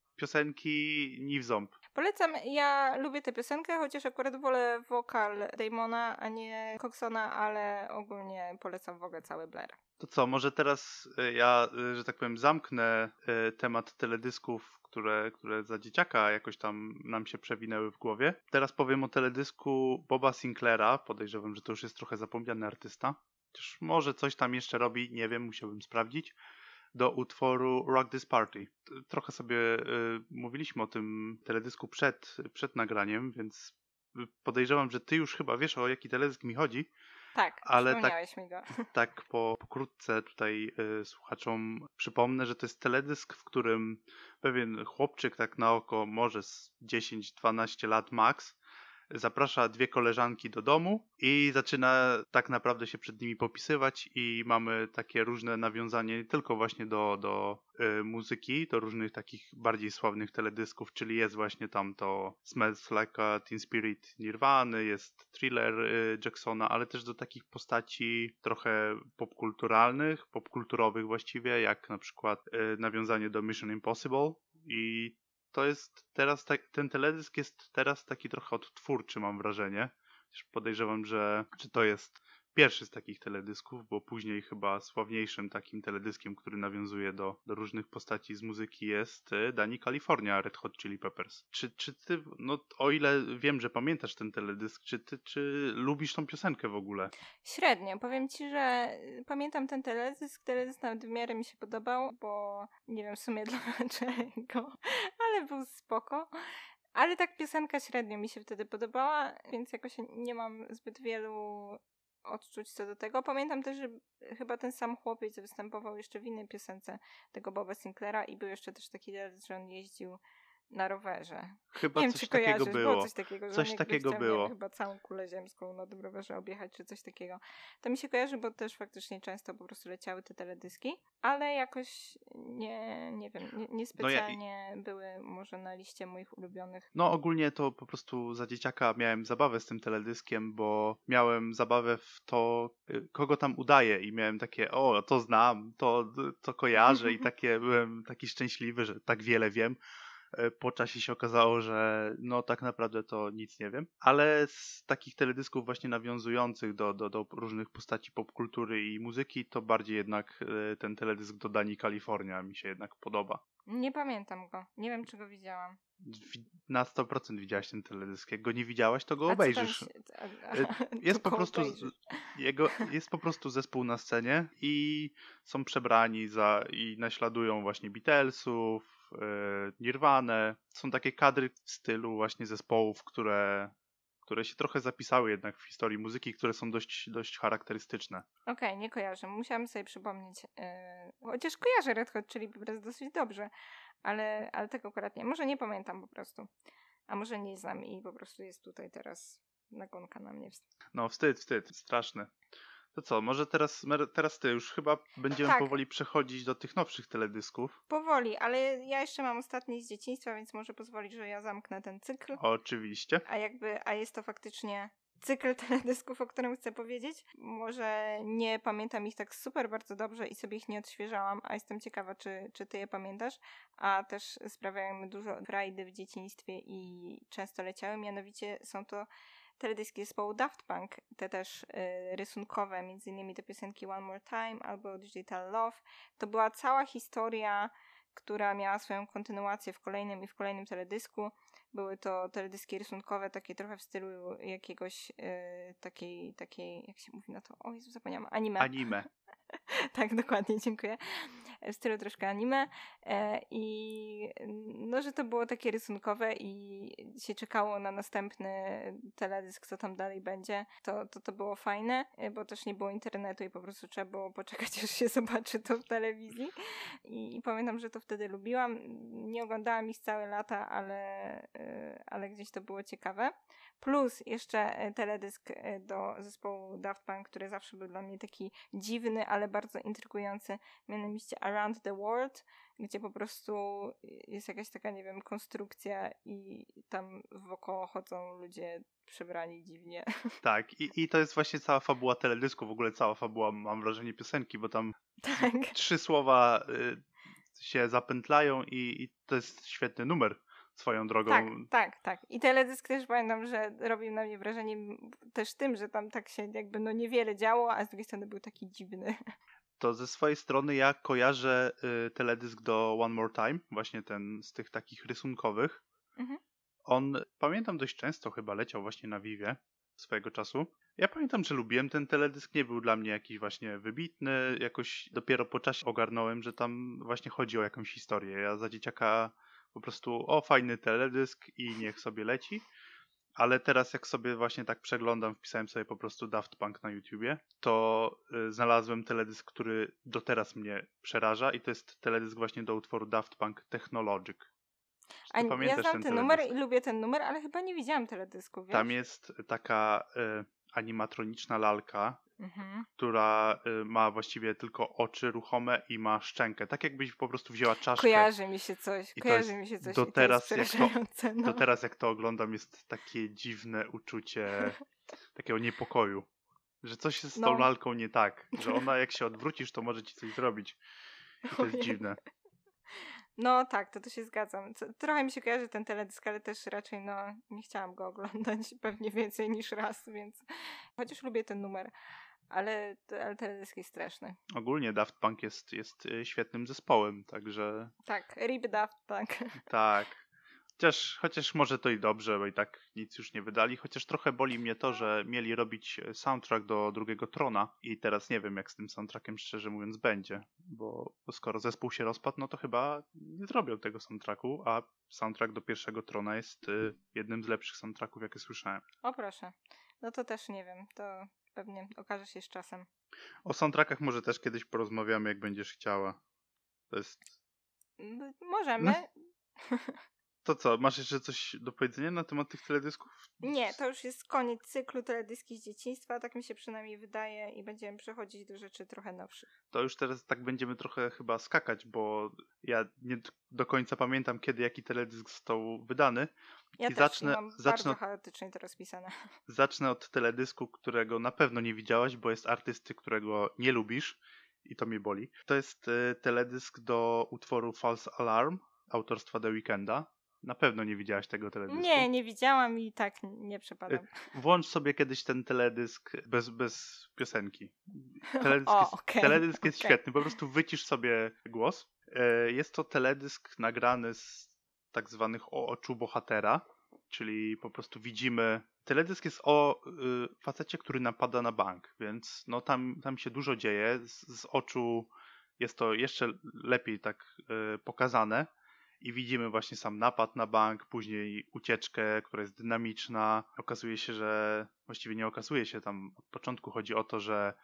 piosenki ni w ząb. Polecam, ja lubię tę piosenkę, chociaż akurat wolę wokal Damona, a nie Coxona, ale ogólnie polecam w ogóle cały Blair. To co, może teraz y, ja, y, że tak powiem, zamknę y, temat teledysków, które, które za dzieciaka jakoś tam nam się przewinęły w głowie. Teraz powiem o teledysku Boba Sinclaira. Podejrzewam, że to już jest trochę zapomniany artysta. Chociaż może coś tam jeszcze robi, nie wiem, musiałbym sprawdzić. Do utworu Rock This Party. Trochę sobie y, mówiliśmy o tym teledysku przed, przed nagraniem, więc podejrzewam, że ty już chyba wiesz, o jaki teledysk mi chodzi. Tak, ale przypomniałeś tak, mi go. Tak po, pokrótce tutaj y, słuchaczom przypomnę, że to jest teledysk, w którym pewien chłopczyk tak na oko, może z dziesięć dwanaście lat max, zaprasza dwie koleżanki do domu i zaczyna tak naprawdę się przed nimi popisywać i mamy takie różne nawiązanie nie tylko właśnie do, do y, muzyki, do różnych takich bardziej sławnych teledysków, czyli jest właśnie tam to Smells Like a Teen Spirit Nirvany, jest Thriller y, Jacksona, ale też do takich postaci trochę popkulturalnych, popkulturowych właściwie, jak na przykład y, nawiązanie do Mission Impossible i to jest teraz, tak, ten teledysk jest teraz taki trochę odtwórczy, mam wrażenie. Podejrzewam, że, że to jest pierwszy z takich teledysków, bo później chyba sławniejszym takim teledyskiem, który nawiązuje do, do różnych postaci z muzyki jest Dani California, Red Hot Chili Peppers. Czy, czy ty, no o ile wiem, że pamiętasz ten teledysk, czy ty czy lubisz tą piosenkę w ogóle? Średnio. Powiem ci, że pamiętam ten teledysk. Teledysk nawet w miarę mi się podobał, bo nie wiem w sumie dlaczego, ale był spoko. Ale tak piosenka średnio mi się wtedy podobała, więc jakoś nie mam zbyt wielu odczuć co do tego. Pamiętam też, że chyba ten sam chłopiec występował jeszcze w innej piosence tego Boba Sinclaira i był jeszcze też taki teledysk, że on jeździł na rowerze. Chyba nie wiem, coś czy takiego kojarzysz, było. coś takiego, że Coś on jakby takiego chciał, było. Nie wiem, chyba całą kulę ziemską na tym rowerze objechać, czy coś takiego. To mi się kojarzy, bo też faktycznie często po prostu leciały te teledyski, ale jakoś nie, nie wiem, nie, niespecjalnie no ja... były może na liście moich ulubionych. No ogólnie to po prostu za dzieciaka miałem zabawę z tym teledyskiem, bo miałem zabawę w to, kogo tam udaje i miałem takie, o, to znam, to, to kojarzę i takie byłem taki szczęśliwy, że tak wiele wiem. Po czasie się okazało, że no tak naprawdę to nic nie wiem, ale z takich teledysków właśnie nawiązujących do, do, do różnych postaci popkultury i muzyki, to bardziej jednak ten teledysk do Dani California mi się jednak podoba. Nie pamiętam go, nie wiem czy go widziałam. Na sto procent widziałaś ten teledysk. Jak go nie widziałaś, to go A obejrzysz. Się... Aha, jest, po go prostu obejrzysz. jego, jest po prostu zespół na scenie i są przebrani za, i naśladują właśnie Beatlesów, Nirvanę. Są takie kadry w stylu właśnie zespołów, które, które się trochę zapisały jednak w historii muzyki, które są dość, dość charakterystyczne. Okej, okay, nie kojarzę. Musiałam sobie przypomnieć. Yy, chociaż kojarzę Red Hot Chili Peppers dosyć dobrze, ale, ale tego akurat nie. Może nie pamiętam po prostu. A może nie znam i po prostu jest tutaj teraz nagonka na mnie. No wstyd, wstyd. Straszne. To co, może teraz, mer- teraz ty już chyba będziemy Tak. powoli przechodzić do tych nowszych teledysków. Powoli, ale ja jeszcze mam ostatni z dzieciństwa, więc może pozwolić, że ja zamknę ten cykl. Oczywiście. A jakby, a jest to faktycznie cykl teledysków, o którym chcę powiedzieć. Może nie pamiętam ich tak super bardzo dobrze i sobie ich nie odświeżałam, a jestem ciekawa, czy, czy ty je pamiętasz. A też sprawiają mi dużo frajdy w dzieciństwie i często leciały. Mianowicie są to teledyski zespołu Daft Punk, te też y, rysunkowe, między innymi te piosenki One More Time albo Digital Love. To była cała historia, która miała swoją kontynuację w kolejnym i w kolejnym teledysku. Były to teledyski rysunkowe, takie trochę w stylu jakiegoś y, takiej, takiej, jak się mówi na to? O Jezu, zapomniałam. Anime. Anime. Tak, dokładnie, dziękuję. W stylu troszkę anime. E, I no, że to było takie rysunkowe i się czekało na następny teledysk, co tam dalej będzie. To, to, to było fajne, e, bo też nie było internetu i po prostu trzeba było poczekać, aż się zobaczy to w telewizji. I, i pamiętam, że to wtedy lubiłam. Nie oglądałam ich całe lata, ale, e, ale gdzieś to było ciekawe. Plus jeszcze e, teledysk e, do zespołu Daft Punk, który zawsze był dla mnie taki dziwny, ale bardzo intrygujący, mianowicie Around the World, gdzie po prostu jest jakaś taka, nie wiem, konstrukcja i tam wokoło chodzą ludzie przebrani dziwnie. Tak, i, i to jest właśnie cała fabuła teledysku, w ogóle cała fabuła, mam wrażenie, piosenki, bo tam Tak. trzy słowa y, się zapętlają i, i to jest świetny numer swoją drogą. Tak, tak, tak. I teledysk też pamiętam, że robił na mnie wrażenie m, też tym, że tam tak się jakby no niewiele działo, a z drugiej strony był taki dziwny. To ze swojej strony ja kojarzę y, teledysk do One More Time, właśnie ten z tych takich rysunkowych. Mhm. On, pamiętam, dość często chyba leciał właśnie na Vivie swojego czasu. Ja pamiętam, że lubiłem ten teledysk, nie był dla mnie jakiś właśnie wybitny, jakoś dopiero po czasie ogarnąłem, że tam właśnie chodzi o jakąś historię. Ja za dzieciaka po prostu, o, fajny teledysk i niech sobie leci. Ale teraz jak sobie właśnie tak przeglądam, wpisałem sobie po prostu Daft Punk na YouTubie, to y, znalazłem teledysk, który do teraz mnie przeraża i to jest teledysk właśnie do utworu Daft Punk Technologic. Czy A ty ja pamiętasz znam ten ten teledysk? numer i lubię ten numer, ale chyba nie widziałam teledysku, wiesz? Tam jest taka y, animatroniczna lalka, Mhm. która y, ma właściwie tylko oczy ruchome i ma szczękę. Tak jakbyś po prostu wzięła czaszkę. Kojarzy mi się coś, I to kojarzy jest mi się coś do i to teraz, jest jak to- przerażające. No. To teraz jak to oglądam jest takie dziwne uczucie takiego niepokoju. Że coś jest z tą No. lalką nie tak. Że ona jak się odwrócisz, to może ci coś zrobić. I to jest Ojej. dziwne. No tak, to, to się zgadzam. Co- Trochę mi się kojarzy ten teledysk, ale też raczej no nie chciałam go oglądać pewnie więcej niż raz, więc chociaż lubię ten numer, ale, ale teledysk jest straszny. Ogólnie Daft Punk jest, jest y, świetnym zespołem, także Tak, Rip Daft Punk. tak. Chociaż, chociaż może to i dobrze, bo i tak nic już nie wydali. Chociaż trochę boli mnie to, że mieli robić soundtrack do drugiego Trona i teraz nie wiem, jak z tym soundtrackiem szczerze mówiąc będzie. Bo, bo skoro zespół się rozpadł, no to chyba nie zrobią tego soundtracku, a soundtrack do pierwszego Trona jest y, jednym z lepszych soundtracków, jakie słyszałem. O proszę. No to też nie wiem, to pewnie okaże się z czasem. O soundtrackach może też kiedyś porozmawiamy, jak będziesz chciała. To jest... No, możemy. To co, masz jeszcze coś do powiedzenia na temat tych teledysków? Nie, to już jest koniec cyklu teledyski z dzieciństwa, tak mi się przynajmniej wydaje i będziemy przechodzić do rzeczy trochę nowszych. To już teraz tak będziemy trochę chyba skakać, bo ja nie do końca pamiętam, kiedy jaki teledysk został wydany. Ja I też zacznę, mam zacznę, bardzo od, chaotycznie to rozpisane. zacznę od teledysku, którego na pewno nie widziałaś, bo jest artysty, którego nie lubisz i to mnie boli. To jest y, teledysk do utworu False Alarm autorstwa The Weeknda. Na pewno nie widziałaś tego teledysku. Nie, nie widziałam i tak nie przepadam. Włącz sobie kiedyś ten teledysk bez, bez piosenki. Teledysk O, jest, okej, teledysk jest okej. świetny, po prostu wycisz sobie głos. E, Jest to teledysk nagrany z tak zwanych o oczu bohatera, czyli po prostu widzimy... Teledysk jest o y, facecie, który napada na bank, więc no tam, tam się dużo dzieje. Z, z oczu jest to jeszcze lepiej tak y, pokazane. I widzimy właśnie sam napad na bank, później ucieczkę, która jest dynamiczna. Okazuje się, że właściwie nie okazuje się tam od początku. Chodzi o to, że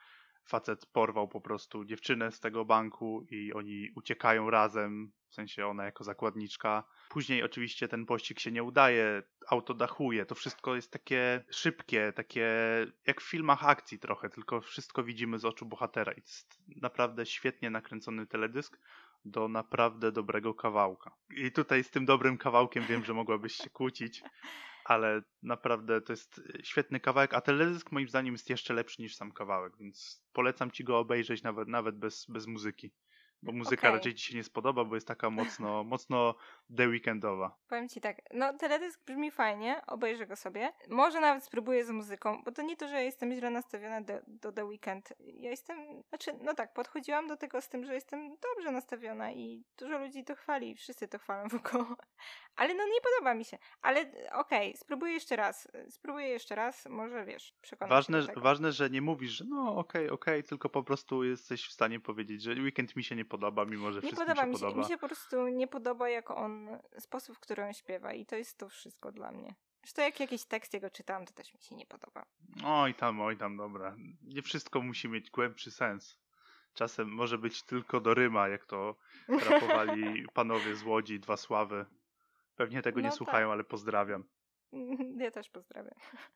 facet porwał po prostu dziewczynę z tego banku i oni uciekają razem, w sensie ona jako zakładniczka. Później oczywiście ten pościg się nie udaje, auto dachuje, to wszystko jest takie szybkie, takie jak w filmach akcji trochę, tylko wszystko widzimy z oczu bohatera i to jest naprawdę świetnie nakręcony teledysk do naprawdę dobrego kawałka. I tutaj z tym dobrym kawałkiem wiem, że mogłabyś się kłócić, ale naprawdę to jest świetny kawałek, a teledysk moim zdaniem jest jeszcze lepszy niż sam kawałek, więc polecam ci go obejrzeć nawet, nawet bez, bez muzyki. Bo muzyka Okej. raczej ci się nie spodoba, bo jest taka mocno, mocno The Weekendowa. Powiem ci tak, no teledysk brzmi fajnie, obejrzę go sobie. Może nawet spróbuję z muzyką, bo to nie to, że jestem źle nastawiona do, do The Weeknd. Ja jestem, znaczy, no tak, podchodziłam do tego z tym, że jestem dobrze nastawiona i dużo ludzi to chwali, wszyscy to chwalą wokoło. Ale no nie podoba mi się. Ale okej, spróbuję jeszcze raz. Spróbuję jeszcze raz, może wiesz, przekonam się Ważne, do tego. ważne, że nie mówisz, że no okej, okej, tylko po prostu jesteś w stanie powiedzieć, że Weekend mi się nie podoba, mimo że Nie wszystkim podoba się mi się, podoba. mi się po prostu nie podoba, jak on, sposób, w który on śpiewa i to jest to wszystko dla mnie. Zresztą jak jakiś tekst jego czytałam, to też mi się nie podoba. Oj tam, oj tam, dobra. Nie wszystko musi mieć głębszy sens. Czasem może być tylko do ryma, jak to rapowali panowie z Łodzi, Dwa Sławy. Pewnie tego nie No słuchają, tak. ale pozdrawiam. Ja też pozdrawiam.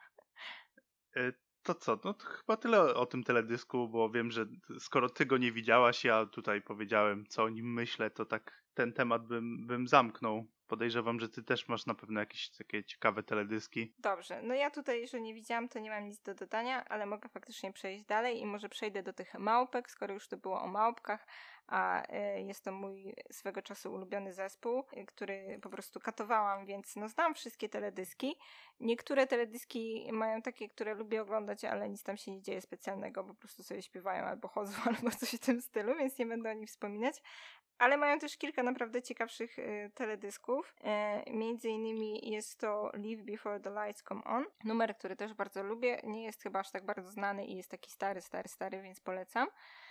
E, To co? No to chyba tyle o, o tym teledysku, bo wiem, że t- skoro ty go nie widziałaś, ja tutaj powiedziałem, co o nim myślę, to tak ten temat bym, bym zamknął. Podejrzewam, że ty też masz na pewno jakieś takie ciekawe teledyski. Dobrze, no ja tutaj, że nie widziałam, to nie mam nic do dodania, ale mogę faktycznie przejść dalej i może przejdę do tych małpek, skoro już to było o małpkach, a y, jest to mój swego czasu ulubiony zespół, y, który po prostu katowałam, więc no znam wszystkie teledyski. Niektóre teledyski mają takie, które lubię oglądać, ale nic tam się nie dzieje specjalnego, po prostu sobie śpiewają albo chodzą, albo coś w tym stylu, więc nie będę o nich wspominać. Ale mają też kilka naprawdę ciekawszych y, teledysków. Y, między innymi jest to Live Before the Lights Come On. Numer, który też bardzo lubię. Nie jest chyba aż tak bardzo znany i jest taki stary, stary, stary, więc polecam.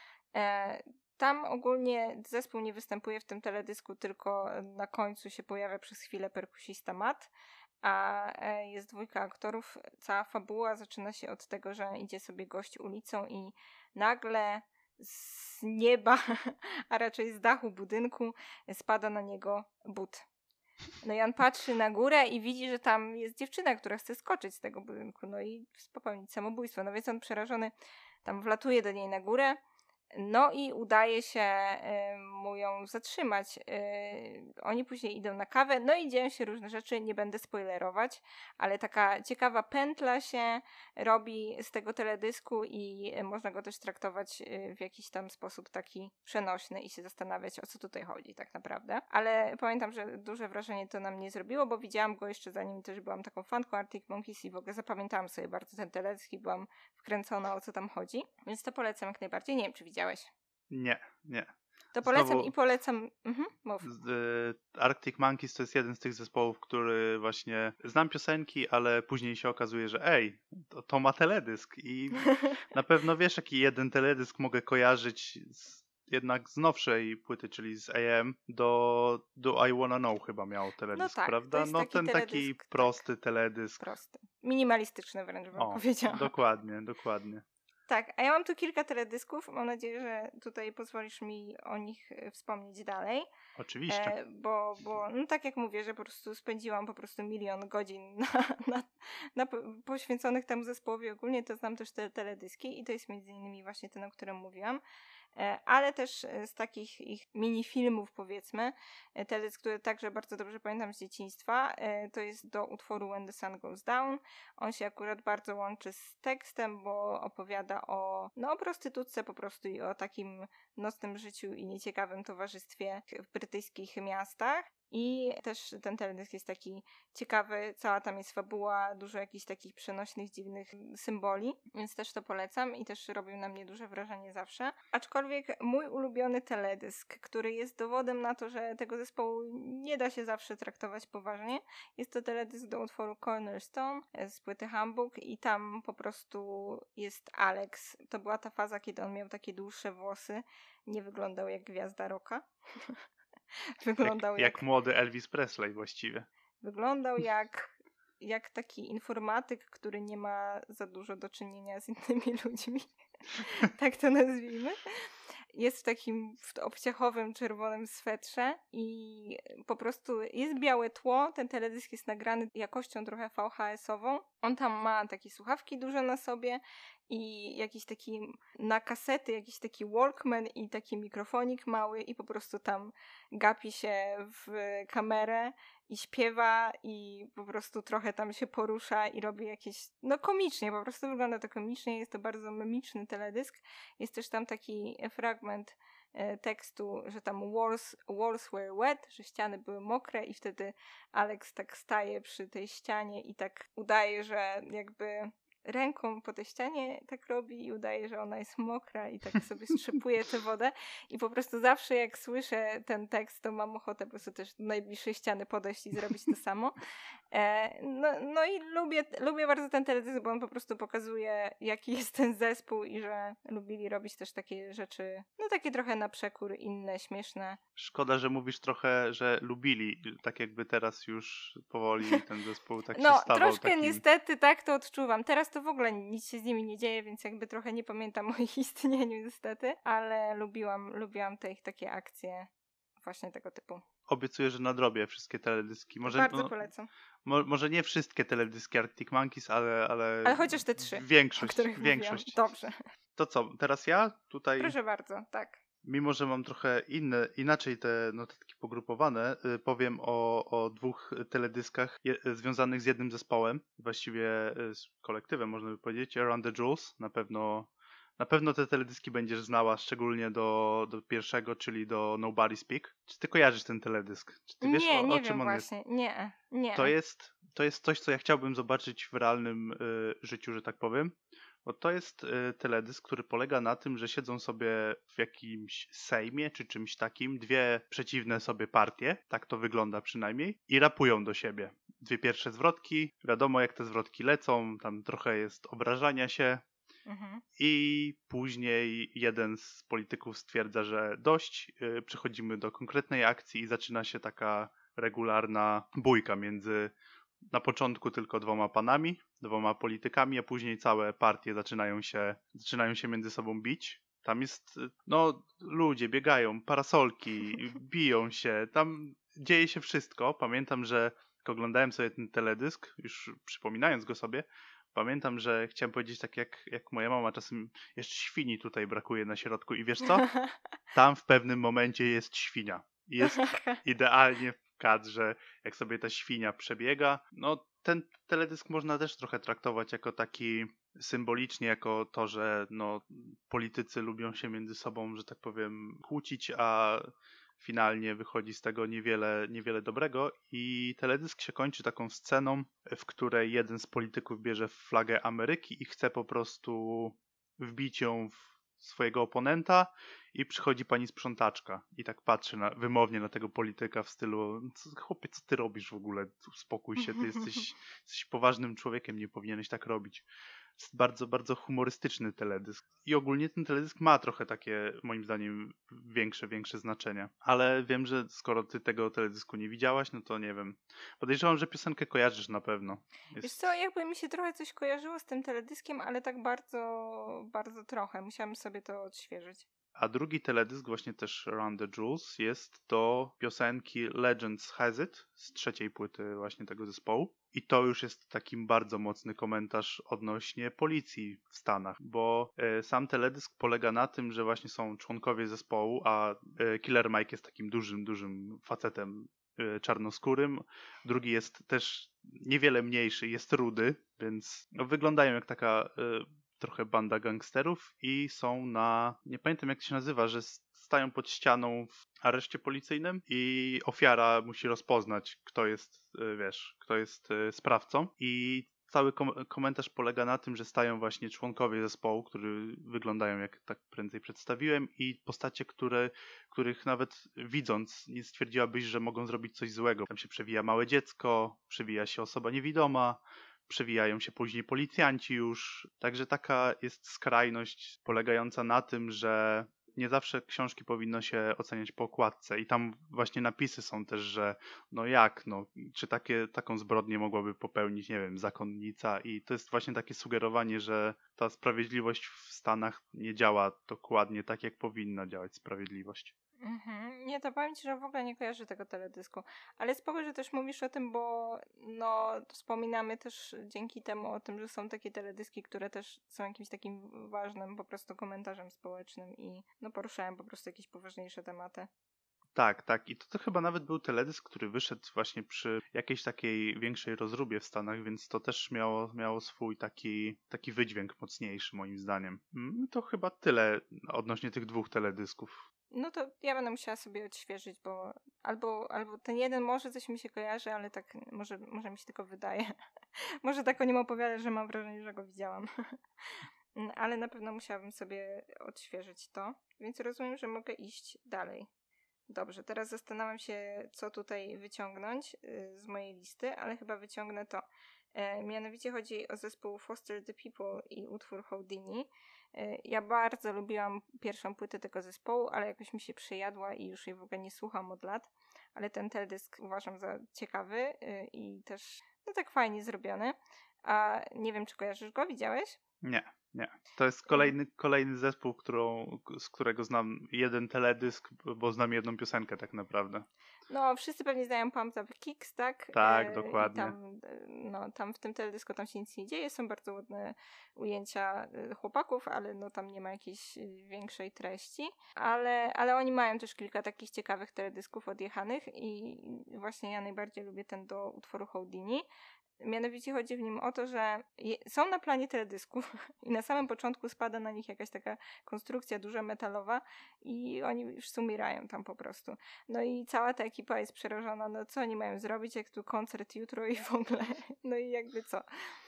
E, tam ogólnie zespół nie występuje w tym teledysku, tylko na końcu się pojawia przez chwilę perkusista Matt, a e, jest dwójka aktorów. Cała fabuła zaczyna się od tego, że idzie sobie gość ulicą i nagle z nieba, a raczej z dachu budynku spada na niego but. No i on patrzy na górę i widzi, że tam jest dziewczyna, która chce skoczyć z tego budynku, no i popełnić samobójstwo. No więc on przerażony tam wlatuje do niej na górę, no i udaje się y, mu ją zatrzymać. Y, oni później idą na kawę, no i dzieją się różne rzeczy, nie będę spoilerować, ale taka ciekawa pętla się robi z tego teledysku i y, można go też traktować y, w jakiś tam sposób taki przenośny i się zastanawiać, o co tutaj chodzi tak naprawdę. Ale pamiętam, że duże wrażenie to na mnie zrobiło, bo widziałam go jeszcze zanim też byłam taką fanką Arctic Monkeys i w ogóle zapamiętałam sobie bardzo ten teledysk i byłam wkręcona, o co tam chodzi. Więc to polecam jak najbardziej. Nie wiem, czy widziałeś. Nie, nie. To polecam Znowu- i polecam. Mhm, mów. Z, y, Arctic Monkeys to jest jeden z tych zespołów, który właśnie znam piosenki, ale później się okazuje, że ej, to, to ma teledysk i na pewno wiesz, jaki jeden teledysk mogę kojarzyć z, jednak z nowszej płyty, czyli z A M do, do I Wanna Know chyba miał teledysk, No tak, to prawda? jest No taki ten taki teledysk, tak. prosty teledysk. Prosty. Minimalistyczny wręcz bym O, powiedziała. dokładnie, dokładnie. Tak, a ja mam tu kilka teledysków. Mam nadzieję, że tutaj pozwolisz mi o nich e, wspomnieć dalej. Oczywiście. E, bo, bo no tak jak mówię, że po prostu spędziłam po prostu milion godzin na, na, na po- poświęconych temu zespołowi ogólnie, to znam też te teledyski i to jest między innymi właśnie ten, o którym mówiłam. E, ale też e, z takich ich minifilmów powiedzmy, e, teledysk, który także bardzo dobrze pamiętam z dzieciństwa, e, to jest do utworu When the Sun Goes Down. On się akurat bardzo łączy z tekstem, bo opowiada o, no, o prostytutce po prostu i o takim nocnym życiu i nieciekawym towarzystwie w brytyjskich miastach. I też ten teledysk jest taki ciekawy, cała tam jest fabuła, dużo jakichś takich przenośnych, dziwnych symboli, więc też to polecam i też robił na mnie duże wrażenie zawsze. Aczkolwiek mój ulubiony teledysk, który jest dowodem na to, że tego zespołu nie da się zawsze traktować poważnie, jest to teledysk do utworu Cornerstone z płyty Hamburg i tam po prostu jest Alex. To była ta faza, kiedy on miał takie dłuższe włosy, nie wyglądał jak gwiazda rocka. Wyglądał Jak, jak, jak młody Elvis Presley właściwie. wyglądał jak, jak taki informatyk, który nie ma za dużo do czynienia z innymi ludźmi. tak to nazwijmy. Jest w takim w obciachowym, czerwonym swetrze i po prostu jest białe tło, ten teledysk jest nagrany jakością trochę V H S-ową. On tam ma takie słuchawki duże na sobie i jakiś taki na kasety, jakiś taki Walkman i taki mikrofonik mały i po prostu tam gapi się w kamerę i śpiewa i po prostu trochę tam się porusza i robi jakieś, no komicznie, po prostu wygląda to komicznie, jest to bardzo memiczny teledysk. Jest też tam taki fragment e, tekstu, że tam walls, walls were wet, że ściany były mokre i wtedy Alex tak staje przy tej ścianie i tak udaje, że jakby ręką po tej ścianie tak robi i udaje, że ona jest mokra i tak sobie strzepuje tę wodę i po prostu zawsze jak słyszę ten tekst, to mam ochotę po prostu też do najbliższej ściany podejść i zrobić to samo. E, no, no i lubię, lubię bardzo ten teledysk, bo on po prostu pokazuje, jaki jest ten zespół i że lubili robić też takie rzeczy, no takie trochę na przekór, inne, śmieszne. Szkoda, że mówisz trochę, że lubili, tak jakby teraz już powoli ten zespół tak się No, stawał troszkę takim... niestety tak to odczuwam. Teraz to w ogóle nic się z nimi nie dzieje, więc jakby trochę nie pamiętam o ich istnieniu niestety, ale lubiłam, lubiłam te ich takie akcje właśnie tego typu. Obiecuję, że nadrobię wszystkie teledyski. Może, Bardzo no, polecam. mo, może nie wszystkie teledyski Arctic Monkeys, ale... Ale, Ale chociaż te trzy, o Większość, których większość. mówiłam. Dobrze. To co, teraz ja tutaj... Proszę bardzo, tak. Mimo, że mam trochę inne, inaczej te notatki pogrupowane, y, powiem o, o dwóch teledyskach je, związanych z jednym zespołem, właściwie y, z kolektywem, można by powiedzieć, Around the Jewels. Na pewno, na pewno te teledyski będziesz znała, szczególnie do, do pierwszego, czyli do Nobody Speak. Czy ty kojarzysz ten teledysk? Czy ty wiesz, Nie, o, nie o czym wiem on właśnie. jest? Nie, nie. To jest, to jest coś, co ja chciałbym zobaczyć w realnym y, życiu, że tak powiem. Bo to jest y, teledysk, który polega na tym, że siedzą sobie w jakimś sejmie czy czymś takim dwie przeciwne sobie partie, tak to wygląda przynajmniej, i rapują do siebie. Dwie pierwsze zwrotki, wiadomo jak te zwrotki lecą, tam trochę jest obrażania się Mhm. i później jeden z polityków stwierdza, że dość, y, przechodzimy do konkretnej akcji i zaczyna się taka regularna bójka między na początku tylko dwoma panami, dwoma politykami, a później całe partie zaczynają się, zaczynają się między sobą bić. Tam jest, no, ludzie biegają, parasolki, biją się, tam dzieje się wszystko. Pamiętam, że jak oglądałem sobie ten teledysk, już przypominając go sobie, pamiętam, że chciałem powiedzieć tak jak, jak moja mama, czasem jeszcze świni tutaj brakuje na środku i wiesz co? Tam w pewnym momencie jest świnia. Jest idealnie w kadrze, jak sobie ta świnia przebiega. No, ten teledysk można też trochę traktować jako taki symbolicznie, jako to, że no, politycy lubią się między sobą, że tak powiem, kłócić, a finalnie wychodzi z tego niewiele, niewiele dobrego i teledysk się kończy taką sceną, w której jeden z polityków bierze flagę Ameryki i chce po prostu wbić ją w swojego oponenta i przychodzi pani sprzątaczka i tak patrzy na, wymownie na tego polityka w stylu chłopie, co ty robisz w ogóle? Uspokój się, ty jesteś, jesteś poważnym człowiekiem, nie powinieneś tak robić. Jest bardzo, bardzo humorystyczny teledysk. I ogólnie ten teledysk ma trochę takie, moim zdaniem, większe, większe znaczenie. Ale wiem, że skoro ty tego teledysku nie widziałaś, no to nie wiem. Podejrzewam, że piosenkę kojarzysz na pewno. Jest... Wiesz co, jakby mi się trochę coś kojarzyło z tym teledyskiem, ale tak bardzo, bardzo trochę. Musiałam sobie to odświeżyć. A drugi teledysk, właśnie też Around the Jewels, jest do piosenki Legends Has It z trzeciej płyty właśnie tego zespołu. I to już jest takim bardzo mocny komentarz odnośnie policji w Stanach, bo e, sam teledysk polega na tym, że właśnie są członkowie zespołu, a e, Killer Mike jest takim dużym, dużym facetem e, czarnoskórym. Drugi jest też niewiele mniejszy, jest rudy, więc no, wyglądają jak taka... E, trochę banda gangsterów i są na, nie pamiętam jak to się nazywa, że stają pod ścianą w areszcie policyjnym i ofiara musi rozpoznać, kto jest, wiesz, kto jest sprawcą i cały kom- komentarz polega na tym, że stają właśnie członkowie zespołu, którzy wyglądają jak tak prędzej przedstawiłem i postacie, które, których nawet widząc nie stwierdziłabyś, że mogą zrobić coś złego. Tam się przewija małe dziecko, przewija się osoba niewidoma, przewijają się później policjanci już. Także taka jest skrajność polegająca na tym, że nie zawsze książki powinno się oceniać po okładce i tam właśnie napisy są też, że no jak, no, czy takie, taką zbrodnię mogłaby popełnić, nie wiem, zakonnica i to jest właśnie takie sugerowanie, że ta sprawiedliwość w Stanach nie działa dokładnie tak, jak powinna działać sprawiedliwość. Mhm. Nie, to powiem ci, że w ogóle nie kojarzę tego teledysku. Ale spoko, że też mówisz o tym, bo no wspominamy też dzięki temu o tym, że są takie teledyski, które też są jakimś takim ważnym po prostu komentarzem społecznym i no poruszają po prostu jakieś poważniejsze tematy. Tak, tak. I to, to chyba nawet był teledysk, który wyszedł właśnie przy jakiejś takiej większej rozróbie w Stanach, więc to też miało, miało swój taki, taki wydźwięk mocniejszy moim zdaniem. Mm, To chyba tyle odnośnie tych dwóch teledysków. No to ja będę musiała sobie odświeżyć, bo albo, albo ten jeden może coś mi się kojarzy, ale tak może, może mi się tylko wydaje. Może tak o nim opowiadać, że mam wrażenie, że go widziałam. Mm, Ale na pewno musiałabym sobie odświeżyć to, więc rozumiem, że mogę iść dalej. Dobrze, teraz zastanawiam się, co tutaj wyciągnąć y, z mojej listy, ale chyba wyciągnę to. E, mianowicie chodzi o zespół Foster the People i utwór Houdini. E, ja bardzo lubiłam pierwszą płytę tego zespołu, ale jakoś mi się przejadła i już jej w ogóle nie słucham od lat. Ale ten teledysk uważam za ciekawy y, i też no tak fajnie zrobiony. A nie wiem, czy kojarzysz go? Widziałeś? Nie, nie. To jest Y, kolejny, kolejny zespół, którą, z którego znam jeden teledysk, bo znam jedną piosenkę tak naprawdę. No, wszyscy pewnie znają Pumped Up Kicks, tak? Tak, E, I dokładnie. tam, e, no, tam w tym teledysku tam się nic nie dzieje, są bardzo ładne ujęcia e, chłopaków, ale no tam nie ma jakiejś e, większej treści. Ale, ale oni mają też kilka takich ciekawych teledysków odjechanych i właśnie ja najbardziej lubię ten do utworu Houdini. Mianowicie chodzi w nim o to, że je, są na planie teledysków i na samym początku spada na nich jakaś taka konstrukcja duża metalowa i oni już umierają tam po prostu. No i cała ta ekipa jest przerażona, no co oni mają zrobić, jak tu koncert jutro i w ogóle, no i jakby co.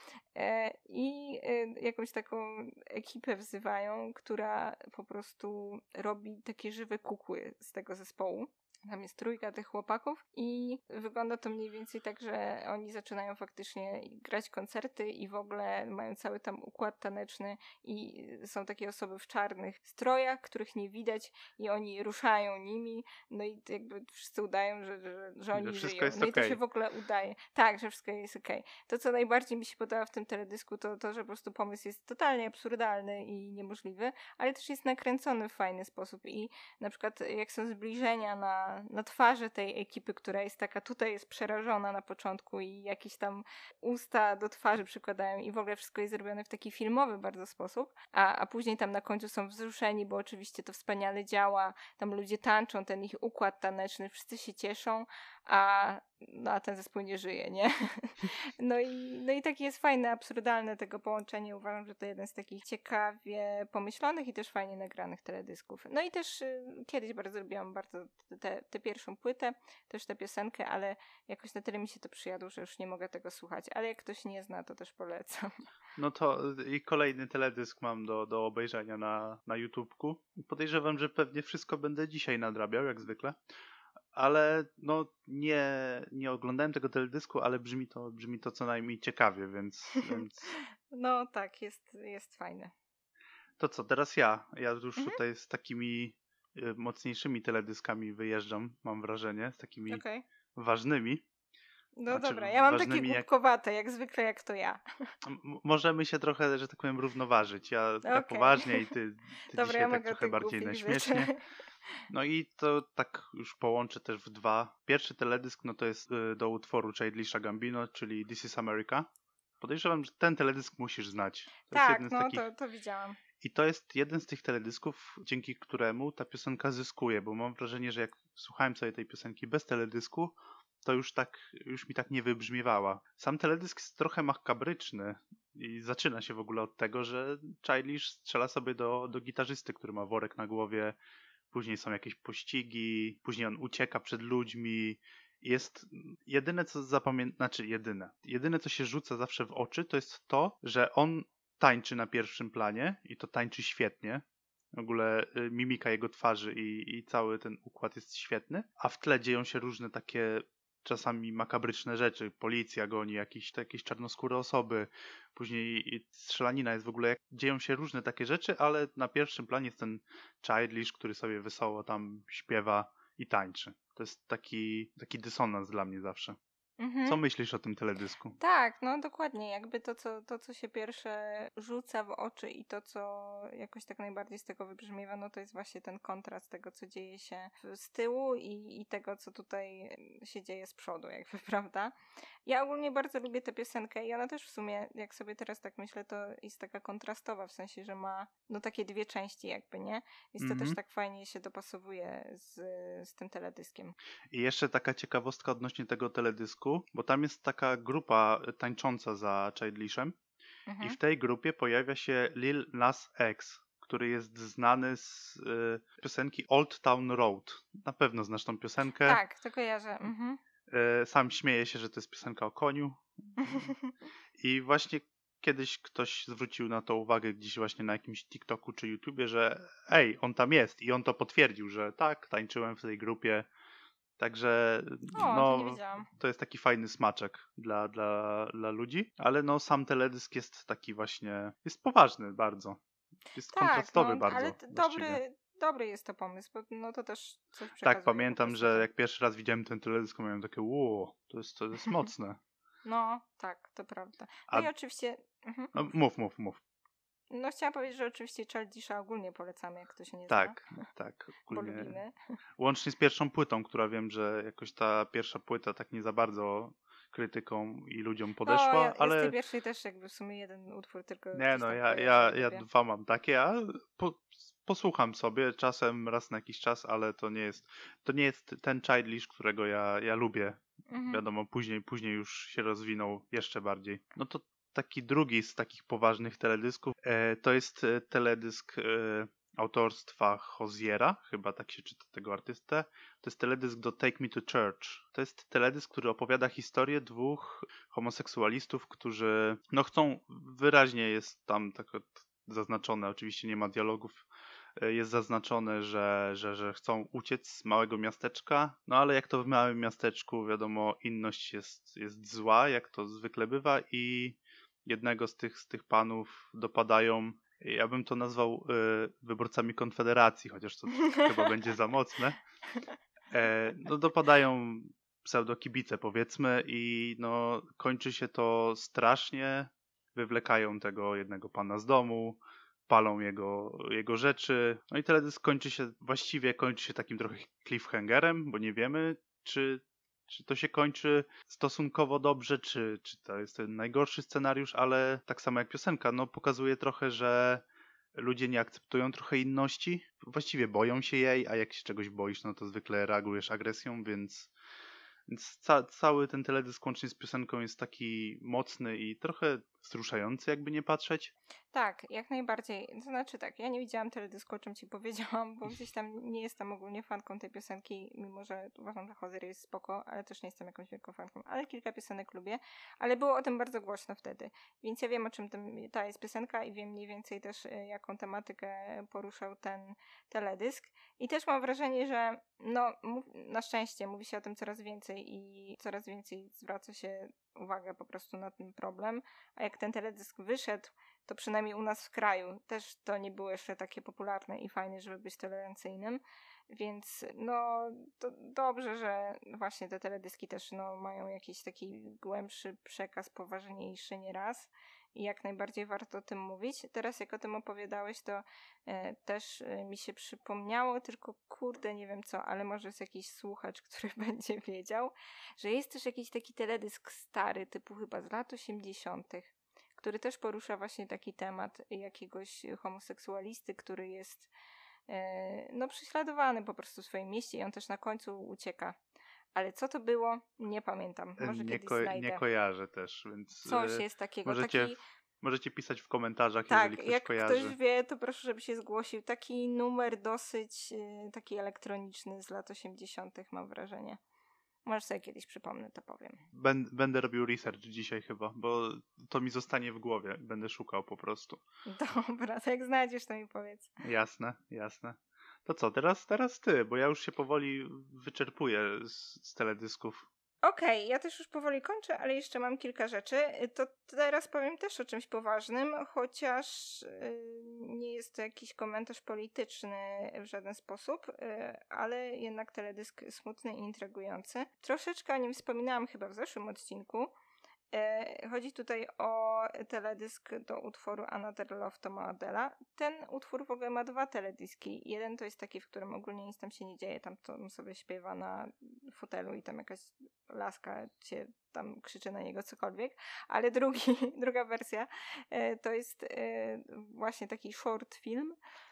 E, I e, jakąś taką ekipę wzywają, która po prostu robi takie żywe kukły z tego zespołu. Tam jest trójka tych chłopaków i wygląda to mniej więcej tak, że oni zaczynają faktycznie grać koncerty i w ogóle mają cały tam układ taneczny i są takie osoby w czarnych strojach, których nie widać i oni ruszają nimi, no i jakby wszyscy udają, że, że, że Że oni wszystko żyją. jest No i to okej. się w ogóle udaje. Tak, że wszystko jest okej. To, co najbardziej mi się podoba w tym teledysku, to to, że po prostu pomysł jest totalnie absurdalny i niemożliwy, ale też jest nakręcony w fajny sposób i na przykład jak są zbliżenia na, na twarzy tej ekipy, która jest taka, tutaj jest przerażona na początku i jakieś tam usta do twarzy przykładają i w ogóle wszystko jest zrobione w taki filmowy bardzo sposób, a, a później tam na końcu są wzruszeni, bo oczywiście to wspaniale działa, tam ludzie tańczą, ten ich układ taneczny, wszyscy się cieszą, a, no, a ten zespół nie żyje, nie? No i, no i takie jest fajne, absurdalne tego połączenie. Uważam, że to jeden z takich ciekawie pomyślonych i też fajnie nagranych teledysków. No i też y, kiedyś bardzo lubiłam bardzo tę tę pierwszą płytę, też tę piosenkę, ale jakoś na tyle mi się to przyjadło, że już nie mogę tego słuchać. Ale jak ktoś nie zna, to też polecam. No to i kolejny teledysk mam do, do obejrzenia na, na YouTubku. Podejrzewam, że pewnie wszystko będę dzisiaj nadrabiał, jak zwykle. Ale no nie, nie oglądałem tego teledysku, ale brzmi to, brzmi to co najmniej ciekawie, więc, więc No tak, jest, jest fajne. to co, teraz ja. Ja już Mhm, tutaj z takimi y, mocniejszymi teledyskami wyjeżdżam, mam wrażenie, z takimi okej. ważnymi. No Znaczy dobra, ja mam takie ważnymi jak głupkowate, jak zwykle jak to ja. M- możemy się trochę, że tak powiem, równoważyć. Ja tak Okej. poważnie i ty, ty Dobra, dzisiaj ja tak mogę o trochę tych bardziej na głupich śmiesznie. rzeczy. No i to tak już połączę też w dwa. Pierwszy teledysk no to jest y, do utworu Childiша Gambino, czyli This is America. Podejrzewam, że ten teledysk musisz znać. To jest jeden Tak, z no to, takich. to widziałam. I to jest jeden z tych teledysków, dzięki któremu ta piosenka zyskuje, bo mam wrażenie, że jak słuchałem sobie tej piosenki bez teledysku, to już tak, już mi tak nie wybrzmiewała. Sam teledysk jest trochę makabryczny i zaczyna się w ogóle od tego, że Childish strzela sobie do, do gitarzysty, który ma worek na głowie, później są jakieś pościgi, później on ucieka przed ludźmi. Jest jedyne, co zapamiętam, znaczy jedyne, jedyne, co się rzuca zawsze w oczy, to jest to, że on tańczy na pierwszym planie i to tańczy świetnie. W ogóle y, mimika jego twarzy i, i cały ten układ jest świetny, a w tle dzieją się różne takie czasami makabryczne rzeczy. Policja goni jakieś, jakieś czarnoskóre osoby, później strzelanina jest w ogóle, jak, dzieją się różne takie rzeczy, ale na pierwszym planie jest ten Childish, który sobie wesoło tam śpiewa i tańczy. To jest taki, taki dysonans dla mnie zawsze. Mhm. Co myślisz o tym teledysku? Tak, no dokładnie. Jakby to co, to, co się pierwsze rzuca w oczy i to, co jakoś tak najbardziej z tego wybrzmiewa, no to jest właśnie ten kontrast tego, co dzieje się w- z tyłu i, i tego, co tutaj się dzieje z przodu, jakby, prawda? Ja ogólnie bardzo lubię tę piosenkę i ona też w sumie, jak sobie teraz tak myślę, to jest taka kontrastowa, w sensie, że ma no takie dwie części jakby, nie? Więc to też Mhm. tak fajnie się dopasowuje z, z tym teledyskiem. I jeszcze taka ciekawostka odnośnie tego teledysku, bo tam jest taka grupa tańcząca za Childishem i Mhm. w tej grupie pojawia się Lil Nas X, który jest znany z y, piosenki Old Town Road. Na pewno znasz tą piosenkę. Tak, to kojarzę. Mhm. Y, sam śmieję się, że to jest piosenka o koniu. I właśnie kiedyś ktoś zwrócił na to uwagę gdzieś właśnie na jakimś TikToku czy YouTubie, że ej, on tam jest i on to potwierdził, że tak, tańczyłem w tej grupie. Także O, to nie no, wiedziałam. to jest taki fajny smaczek dla, dla, dla ludzi, ale no sam teledysk jest taki właśnie, jest poważny bardzo. Jest Tak, kontrastowy no, bardzo ale t- właściwie. dobry, dobry jest to pomysł, bo no to też coś Tak, przekazuje po pamiętam, prostu że to. jak pierwszy raz widziałem ten teledysk, miałem takie wow, to jest, to jest mocne. No, tak, to prawda. No A i oczywiście, mhm, no, mów. mów, mów, mów. No chciałam powiedzieć, że oczywiście Childisha ogólnie polecamy, jak ktoś nie zna, Tak, tak, bo ogólnie. lubimy. Łącznie z pierwszą płytą, która wiem, że jakoś ta pierwsza płyta tak nie za bardzo krytykom i ludziom No, podeszła, ja, ja z tej ale pierwszej też jakby w sumie jeden utwór tylko nie gdzieś no, tam ja, kojarzę ja, i ja lubię. dwa mam takie, a po, posłucham sobie czasem raz na jakiś czas, ale to nie jest, to nie jest ten Childish, którego ja, ja lubię. Mhm. Wiadomo, później, później już się rozwinął jeszcze bardziej. No to taki drugi z takich poważnych teledysków, e, to jest e, teledysk e, autorstwa Hoziera, chyba tak się czyta tego artystę. To jest teledysk do Take Me to Church. To jest teledysk, który opowiada historię dwóch homoseksualistów, którzy no chcą, wyraźnie jest tam tak zaznaczone, oczywiście nie ma dialogów, e, jest zaznaczone, że, że, że chcą uciec z małego miasteczka, no ale jak to w małym miasteczku, wiadomo, inność jest, jest zła, jak to zwykle bywa i jednego z tych, z tych panów dopadają, ja bym to nazwał e, wyborcami Konfederacji, chociaż to chyba będzie za mocne. E, no dopadają pseudokibice powiedzmy i no kończy się to strasznie, wywlekają tego jednego pana z domu, palą jego, jego rzeczy, no i teledysk kończy się, właściwie kończy się takim trochę cliffhangerem, bo nie wiemy, czy, czy to się kończy stosunkowo dobrze, czy, czy to jest ten najgorszy scenariusz, ale tak samo jak piosenka, no pokazuje trochę, że ludzie nie akceptują trochę inności, właściwie boją się jej, a jak się czegoś boisz, no to zwykle reagujesz agresją, więc, więc ca- cały ten teledysk łącznie z piosenką jest taki mocny i trochę wzruszający, jakby nie patrzeć. Tak, jak najbardziej. To znaczy tak, ja nie widziałam teledysku, o czym ci powiedziałam, bo gdzieś tam nie jestem ogólnie fanką tej piosenki, mimo że uważam, że Hozier jest spoko, ale też nie jestem jakąś wielką fanką, ale kilka piosenek lubię, ale było o tym bardzo głośno wtedy, więc ja wiem, o czym tym, ta jest piosenka i wiem mniej więcej też, e, jaką tematykę poruszał ten teledysk i też mam wrażenie, że no, mów- na szczęście mówi się o tym coraz więcej i coraz więcej zwraca się uwagę po prostu na ten problem, a jak ten teledysk wyszedł, to przynajmniej u nas w kraju też to nie było jeszcze takie popularne i fajne, żeby być tolerancyjnym, więc no to dobrze, że właśnie te teledyski też no, mają jakiś taki głębszy przekaz, poważniejszy nieraz i jak najbardziej warto o tym mówić. Teraz jak o tym opowiadałeś, to e, też e, mi się przypomniało, tylko kurde nie wiem co, ale może jest jakiś słuchacz, który będzie wiedział, że jest też jakiś taki teledysk stary, typu chyba z lat osiemdziesiątych, który też porusza właśnie taki temat jakiegoś homoseksualisty, który jest e, no prześladowany po prostu w swoim mieście i on też na końcu ucieka. Ale co to było? Nie pamiętam. Może Nie, kiedyś ko- nie znajdę. kojarzę też, więc Coś e, jest takiego. możecie, Taki, możecie pisać w komentarzach, jeżeli tak, ktoś jak kojarzy. ktoś wie, to proszę, żeby się zgłosił. Taki numer dosyć e, taki elektroniczny z lat osiemdziesiątych mam wrażenie. Może sobie kiedyś przypomnę, to powiem. Ben, będę robił research dzisiaj chyba, bo to mi zostanie w głowie. Będę szukał po prostu. Dobra, to jak znajdziesz, to mi powiedz. Jasne, jasne. To co, teraz, teraz ty, bo ja już się powoli wyczerpuję z, z teledysków. Okej, ja też już powoli kończę, ale jeszcze mam kilka rzeczy. Y, To teraz powiem też o czymś poważnym, chociaż y, nie jest to jakiś komentarz polityczny w żaden sposób, y, ale jednak teledysk smutny i intrygujący. Troszeczkę o nim wspominałam chyba w zeszłym odcinku. E, Chodzi tutaj o teledysk do utworu Another Love Toma Adela. Ten utwór w ogóle ma dwa teledyski. Jeden to jest taki, w którym ogólnie nic tam się nie dzieje, tam to on sobie śpiewa na fotelu i tam jakaś laska cię tam krzyczy na niego cokolwiek, ale drugi, druga wersja e, to jest e, właśnie taki short film.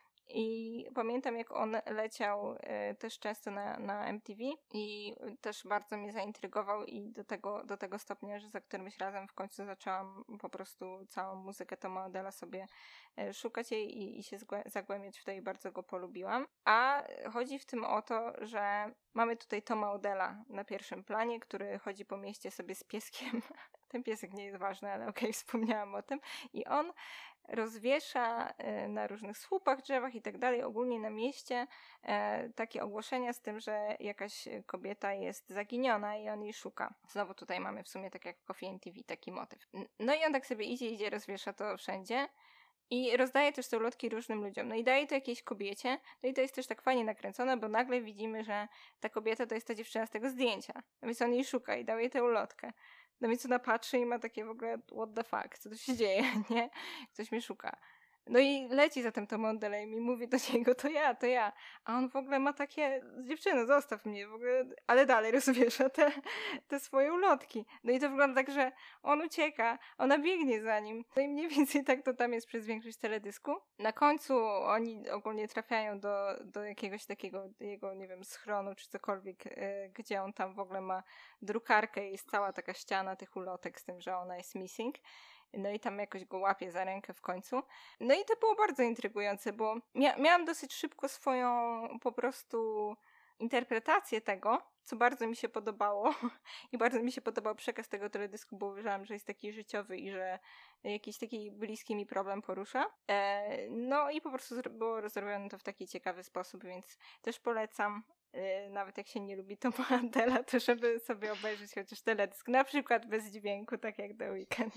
I pamiętam, jak on leciał e, też często na, na M T V i też bardzo mnie zaintrygował i do tego, do tego stopnia, że za którymś razem w końcu zaczęłam po prostu całą muzykę Toma Adela sobie e, szukać jej i, i się zgłę- zagłębiać w to i bardzo go polubiłam. A chodzi w tym o to, że mamy tutaj Toma Adela na pierwszym planie, który chodzi po mieście sobie z pieskiem. Ten piesek nie jest ważny, ale okej, wspomniałam o tym. I on rozwiesza e, na różnych słupach, drzewach i tak dalej, ogólnie na mieście e, takie ogłoszenia z tym, że jakaś kobieta jest zaginiona i on jej szuka. Znowu tutaj mamy w sumie tak jak w Coffee and T V taki motyw. N- No i on tak sobie idzie, idzie, rozwiesza to wszędzie i rozdaje też te ulotki różnym ludziom. No i daje to jakiejś kobiecie, no i to jest też tak fajnie nakręcone, bo nagle widzimy, że ta kobieta to jest ta dziewczyna z tego zdjęcia. No więc on jej szuka i dał jej tę ulotkę. No więc ona patrzy i ma takie w ogóle what the fuck, co tu się dzieje, nie? Ktoś mnie szuka. No i leci zatem to Mondelem i mówi do niego, to ja, to ja. A on w ogóle ma takie, dziewczyno, zostaw mnie, w ogóle, ale dalej rozwiesza te, te swoje ulotki. No i to wygląda tak, że on ucieka, ona biegnie za nim. No i mniej więcej tak to tam jest przez większość teledysku. Na końcu oni ogólnie trafiają do, do jakiegoś takiego jego, nie wiem, schronu czy cokolwiek, y, gdzie on tam w ogóle ma drukarkę i jest cała taka ściana tych ulotek z tym, że ona jest missing. No i tam jakoś go łapie za rękę w końcu. No i to było bardzo intrygujące, bo mia- miałam dosyć szybko swoją po prostu interpretację tego, co bardzo mi się podobało i bardzo mi się podobał przekaz tego teledysku, bo uważałam, że jest taki życiowy i że jakiś taki bliski mi problem porusza. E, no i po prostu zro- było zrobione to w taki ciekawy sposób, więc też polecam. E, nawet jak się nie lubi Toma Adela, to żeby sobie obejrzeć chociaż teledysk, na przykład bez dźwięku, tak jak The Weeknd.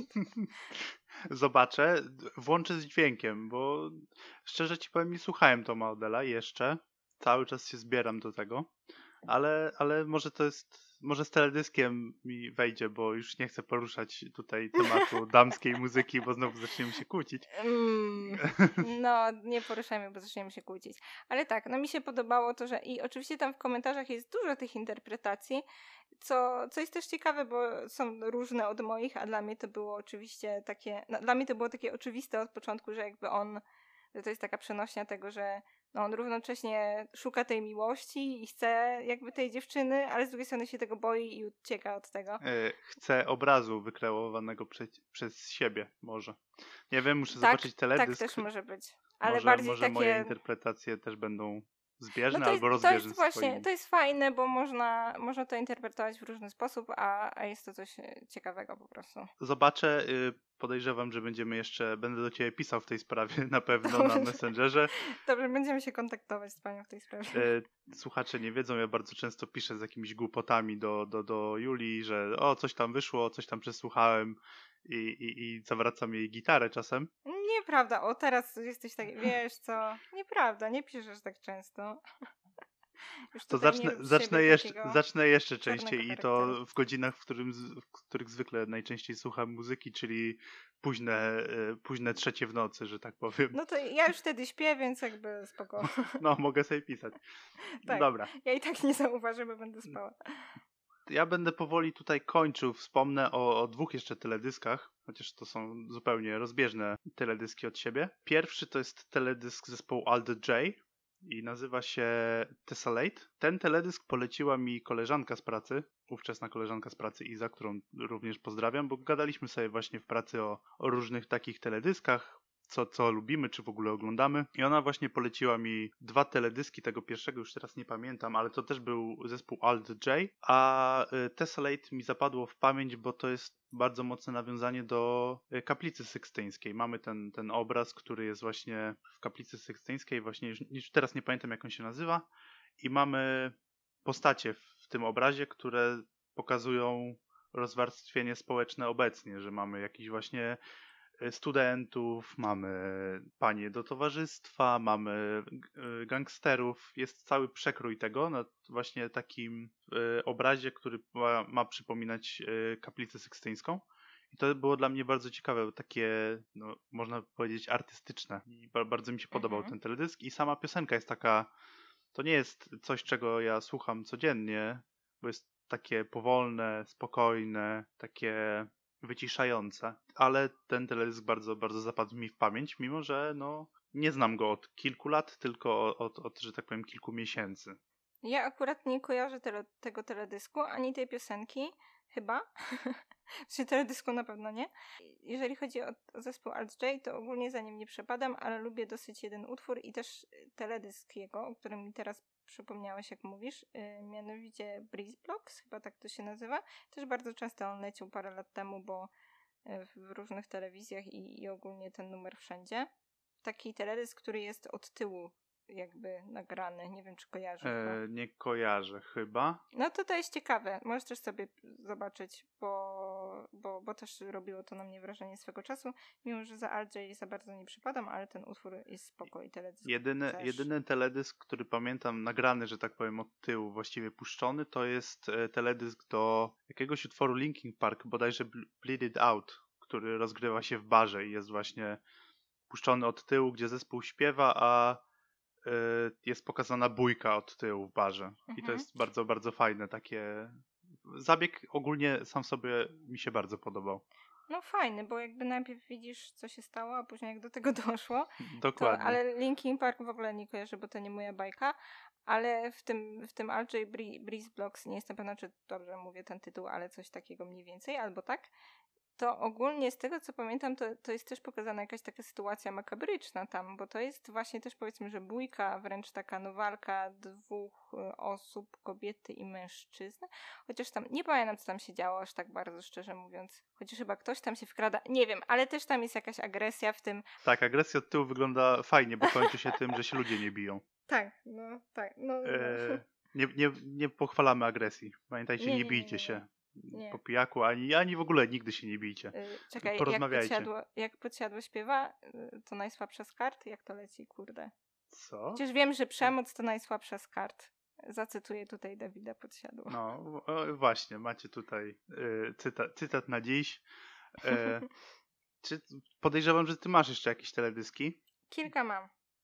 Zobaczę, włączę z dźwiękiem, bo szczerze ci powiem, nie słuchałem Toma Adela jeszcze. Cały czas się zbieram do tego, ale, ale może to jest, może z teledyskiem mi wejdzie, bo już nie chcę poruszać tutaj tematu damskiej muzyki, bo znowu zaczniemy się kłócić. Mm, no, nie poruszajmy, bo zaczniemy się kłócić. Ale tak, no mi się podobało to, że i oczywiście tam w komentarzach jest dużo tych interpretacji, co, co jest też ciekawe, bo są różne od moich, a dla mnie to było oczywiście takie, no, dla mnie to było takie oczywiste od początku, że jakby on, że to jest taka przenośnia tego, że no, on równocześnie szuka tej miłości i chce jakby tej dziewczyny, ale z drugiej strony się tego boi i ucieka od tego. E, Chcę obrazu wykreowanego prze, przez siebie, może. Nie wiem, muszę Tak, zobaczyć tak teledysk. też może być. Ale Może, bardziej może moje takie... interpretacje też będą No zbieżne to jest, albo to rozbieżne jest z właśnie, twoimi. to jest fajne, bo można, można to interpretować w różny sposób, a, a jest to coś e, ciekawego po prostu. Zobaczę, y, podejrzewam, że będziemy jeszcze, będę do ciebie pisał w tej sprawie na pewno na Dobrze. Messengerze. Dobrze, będziemy się kontaktować z panią w tej sprawie. Y, Słuchacze nie wiedzą, ja bardzo często piszę z jakimiś głupotami do, do, do Julii, że o, coś tam wyszło, coś tam przesłuchałem i, i, i zawracam jej gitarę czasem. Nieprawda, o teraz jesteś tak, wiesz co, nieprawda, nie piszesz tak często. Już To tutaj nie zacznę, rób z zacznę, siebie jeszcze, takiego zacznę jeszcze czarnego częściej i charakteru. to w godzinach, w, którym, z- w których zwykle najczęściej słucham muzyki, czyli późne, y, późne trzecie w nocy, że tak powiem. No to ja już wtedy śpię, więc jakby spoko. No, mogę sobie pisać. Tak, Dobra. ja i tak nie zauważę, bo będę spała. Ja będę powoli tutaj kończył. Wspomnę o, o dwóch jeszcze teledyskach, chociaż to są zupełnie rozbieżne teledyski od siebie. Pierwszy to jest teledysk zespołu All the J i nazywa się Tessellate. Ten teledysk poleciła mi koleżanka z pracy, ówczesna koleżanka z pracy Iza, którą również pozdrawiam, bo gadaliśmy sobie właśnie w pracy o, o różnych takich teledyskach, co, co lubimy, czy w ogóle oglądamy. I ona właśnie poleciła mi dwa teledyski, tego pierwszego już teraz nie pamiętam, ale to też był zespół All the J, a y, Tessellate mi zapadło w pamięć, bo to jest bardzo mocne nawiązanie do y, Kaplicy Sykstyńskiej. Mamy ten, ten obraz, który jest właśnie w Kaplicy Sykstyńskiej, właśnie już, już teraz nie pamiętam jak on się nazywa i mamy postacie w tym obrazie, które pokazują rozwarstwienie społeczne obecnie, że mamy jakiś właśnie studentów, mamy panie do towarzystwa, mamy g- gangsterów. Jest cały przekrój tego na właśnie takim e, obrazie, który ma, ma przypominać e, kaplicę sykstyńską. I to było dla mnie bardzo ciekawe, takie, no, można powiedzieć, artystyczne. I ba- bardzo mi się podobał Mhm. ten teledysk. I sama piosenka jest taka, to nie jest coś, czego ja słucham codziennie, bo jest takie powolne, spokojne, takie wyciszające, ale ten teledysk bardzo, bardzo zapadł mi w pamięć, mimo że no, nie znam go od kilku lat, tylko od, od że tak powiem, kilku miesięcy. Ja akurat nie kojarzę tele, tego teledysku, ani tej piosenki, chyba. Czy teledysku na pewno nie. Jeżeli chodzi o, o zespół Alt-J, to ogólnie za nim nie przepadam, ale lubię dosyć jeden utwór i też teledysk jego, o którym mi teraz przypomniałeś, jak mówisz, yy, mianowicie Breeze Blocks, chyba tak to się nazywa. Też bardzo często on leciał parę lat temu, bo yy, w różnych telewizjach i, i ogólnie ten numer wszędzie. Taki teledysk, który jest od tyłu jakby nagrany. Nie wiem, czy kojarzysz go. E, nie kojarzę chyba. No to to jest ciekawe. Możesz też sobie zobaczyć, bo, bo, bo też robiło to na mnie wrażenie swego czasu. Mimo, że za Alt J za bardzo nie przypadam, ale ten utwór jest spoko i teledysk Jedyny, też. jedyny teledysk, który pamiętam nagrany, że tak powiem, od tyłu, właściwie puszczony, to jest e, teledysk do jakiegoś utworu Linkin Park, bodajże Ble- Bleed It Out, który rozgrywa się w barze i jest właśnie puszczony od tyłu, gdzie zespół śpiewa, a y, jest pokazana bójka od tyłu w barze. I to Mhm. jest bardzo, bardzo fajne takie. Zabieg ogólnie sam sobie mi się bardzo podobał. No fajny, bo jakby najpierw widzisz, co się stało, a później jak do tego doszło. To, Dokładnie. ale Linkin Park w ogóle nie kojarzę, bo to nie moja bajka. Ale w tym, w tym Alt J Bree- Breeze Blocks, nie jestem pewna, czy dobrze mówię ten tytuł, ale coś takiego mniej więcej, albo tak. To ogólnie z tego, co pamiętam, to, to jest też pokazana jakaś taka sytuacja makabryczna tam, bo to jest właśnie też, powiedzmy, że bójka, wręcz taka no walka dwóch y, osób, kobiety i mężczyzny. Chociaż tam, nie pamiętam, co tam się działo aż tak bardzo, szczerze mówiąc. Chociaż chyba ktoś tam się wkrada, nie wiem, ale też tam jest jakaś agresja w tym. Tak, agresja od tyłu wygląda fajnie, bo kończy się tym, że się ludzie nie biją. Tak, no, tak, no, no. E, nie, nie, nie pochwalamy agresji. Pamiętajcie, Nie, nie, nie, nie, bijcie nie, się. nie. Po pijaku, ani, ani w ogóle nigdy się nie bijcie. Y, czekaj, jak Porozmawiajcie. podsiadło, jak podsiadło śpiewa, y, to najsłabsza z kart? Jak to leci, kurde? Co? Przecież wiem, że przemoc to najsłabsza z kart. Zacytuję tutaj Dawida Podsiadło. No, o, właśnie, macie tutaj y, cytat, cytat na dziś. E, czy podejrzewam, że ty masz jeszcze jakieś teledyski? Kilka mam.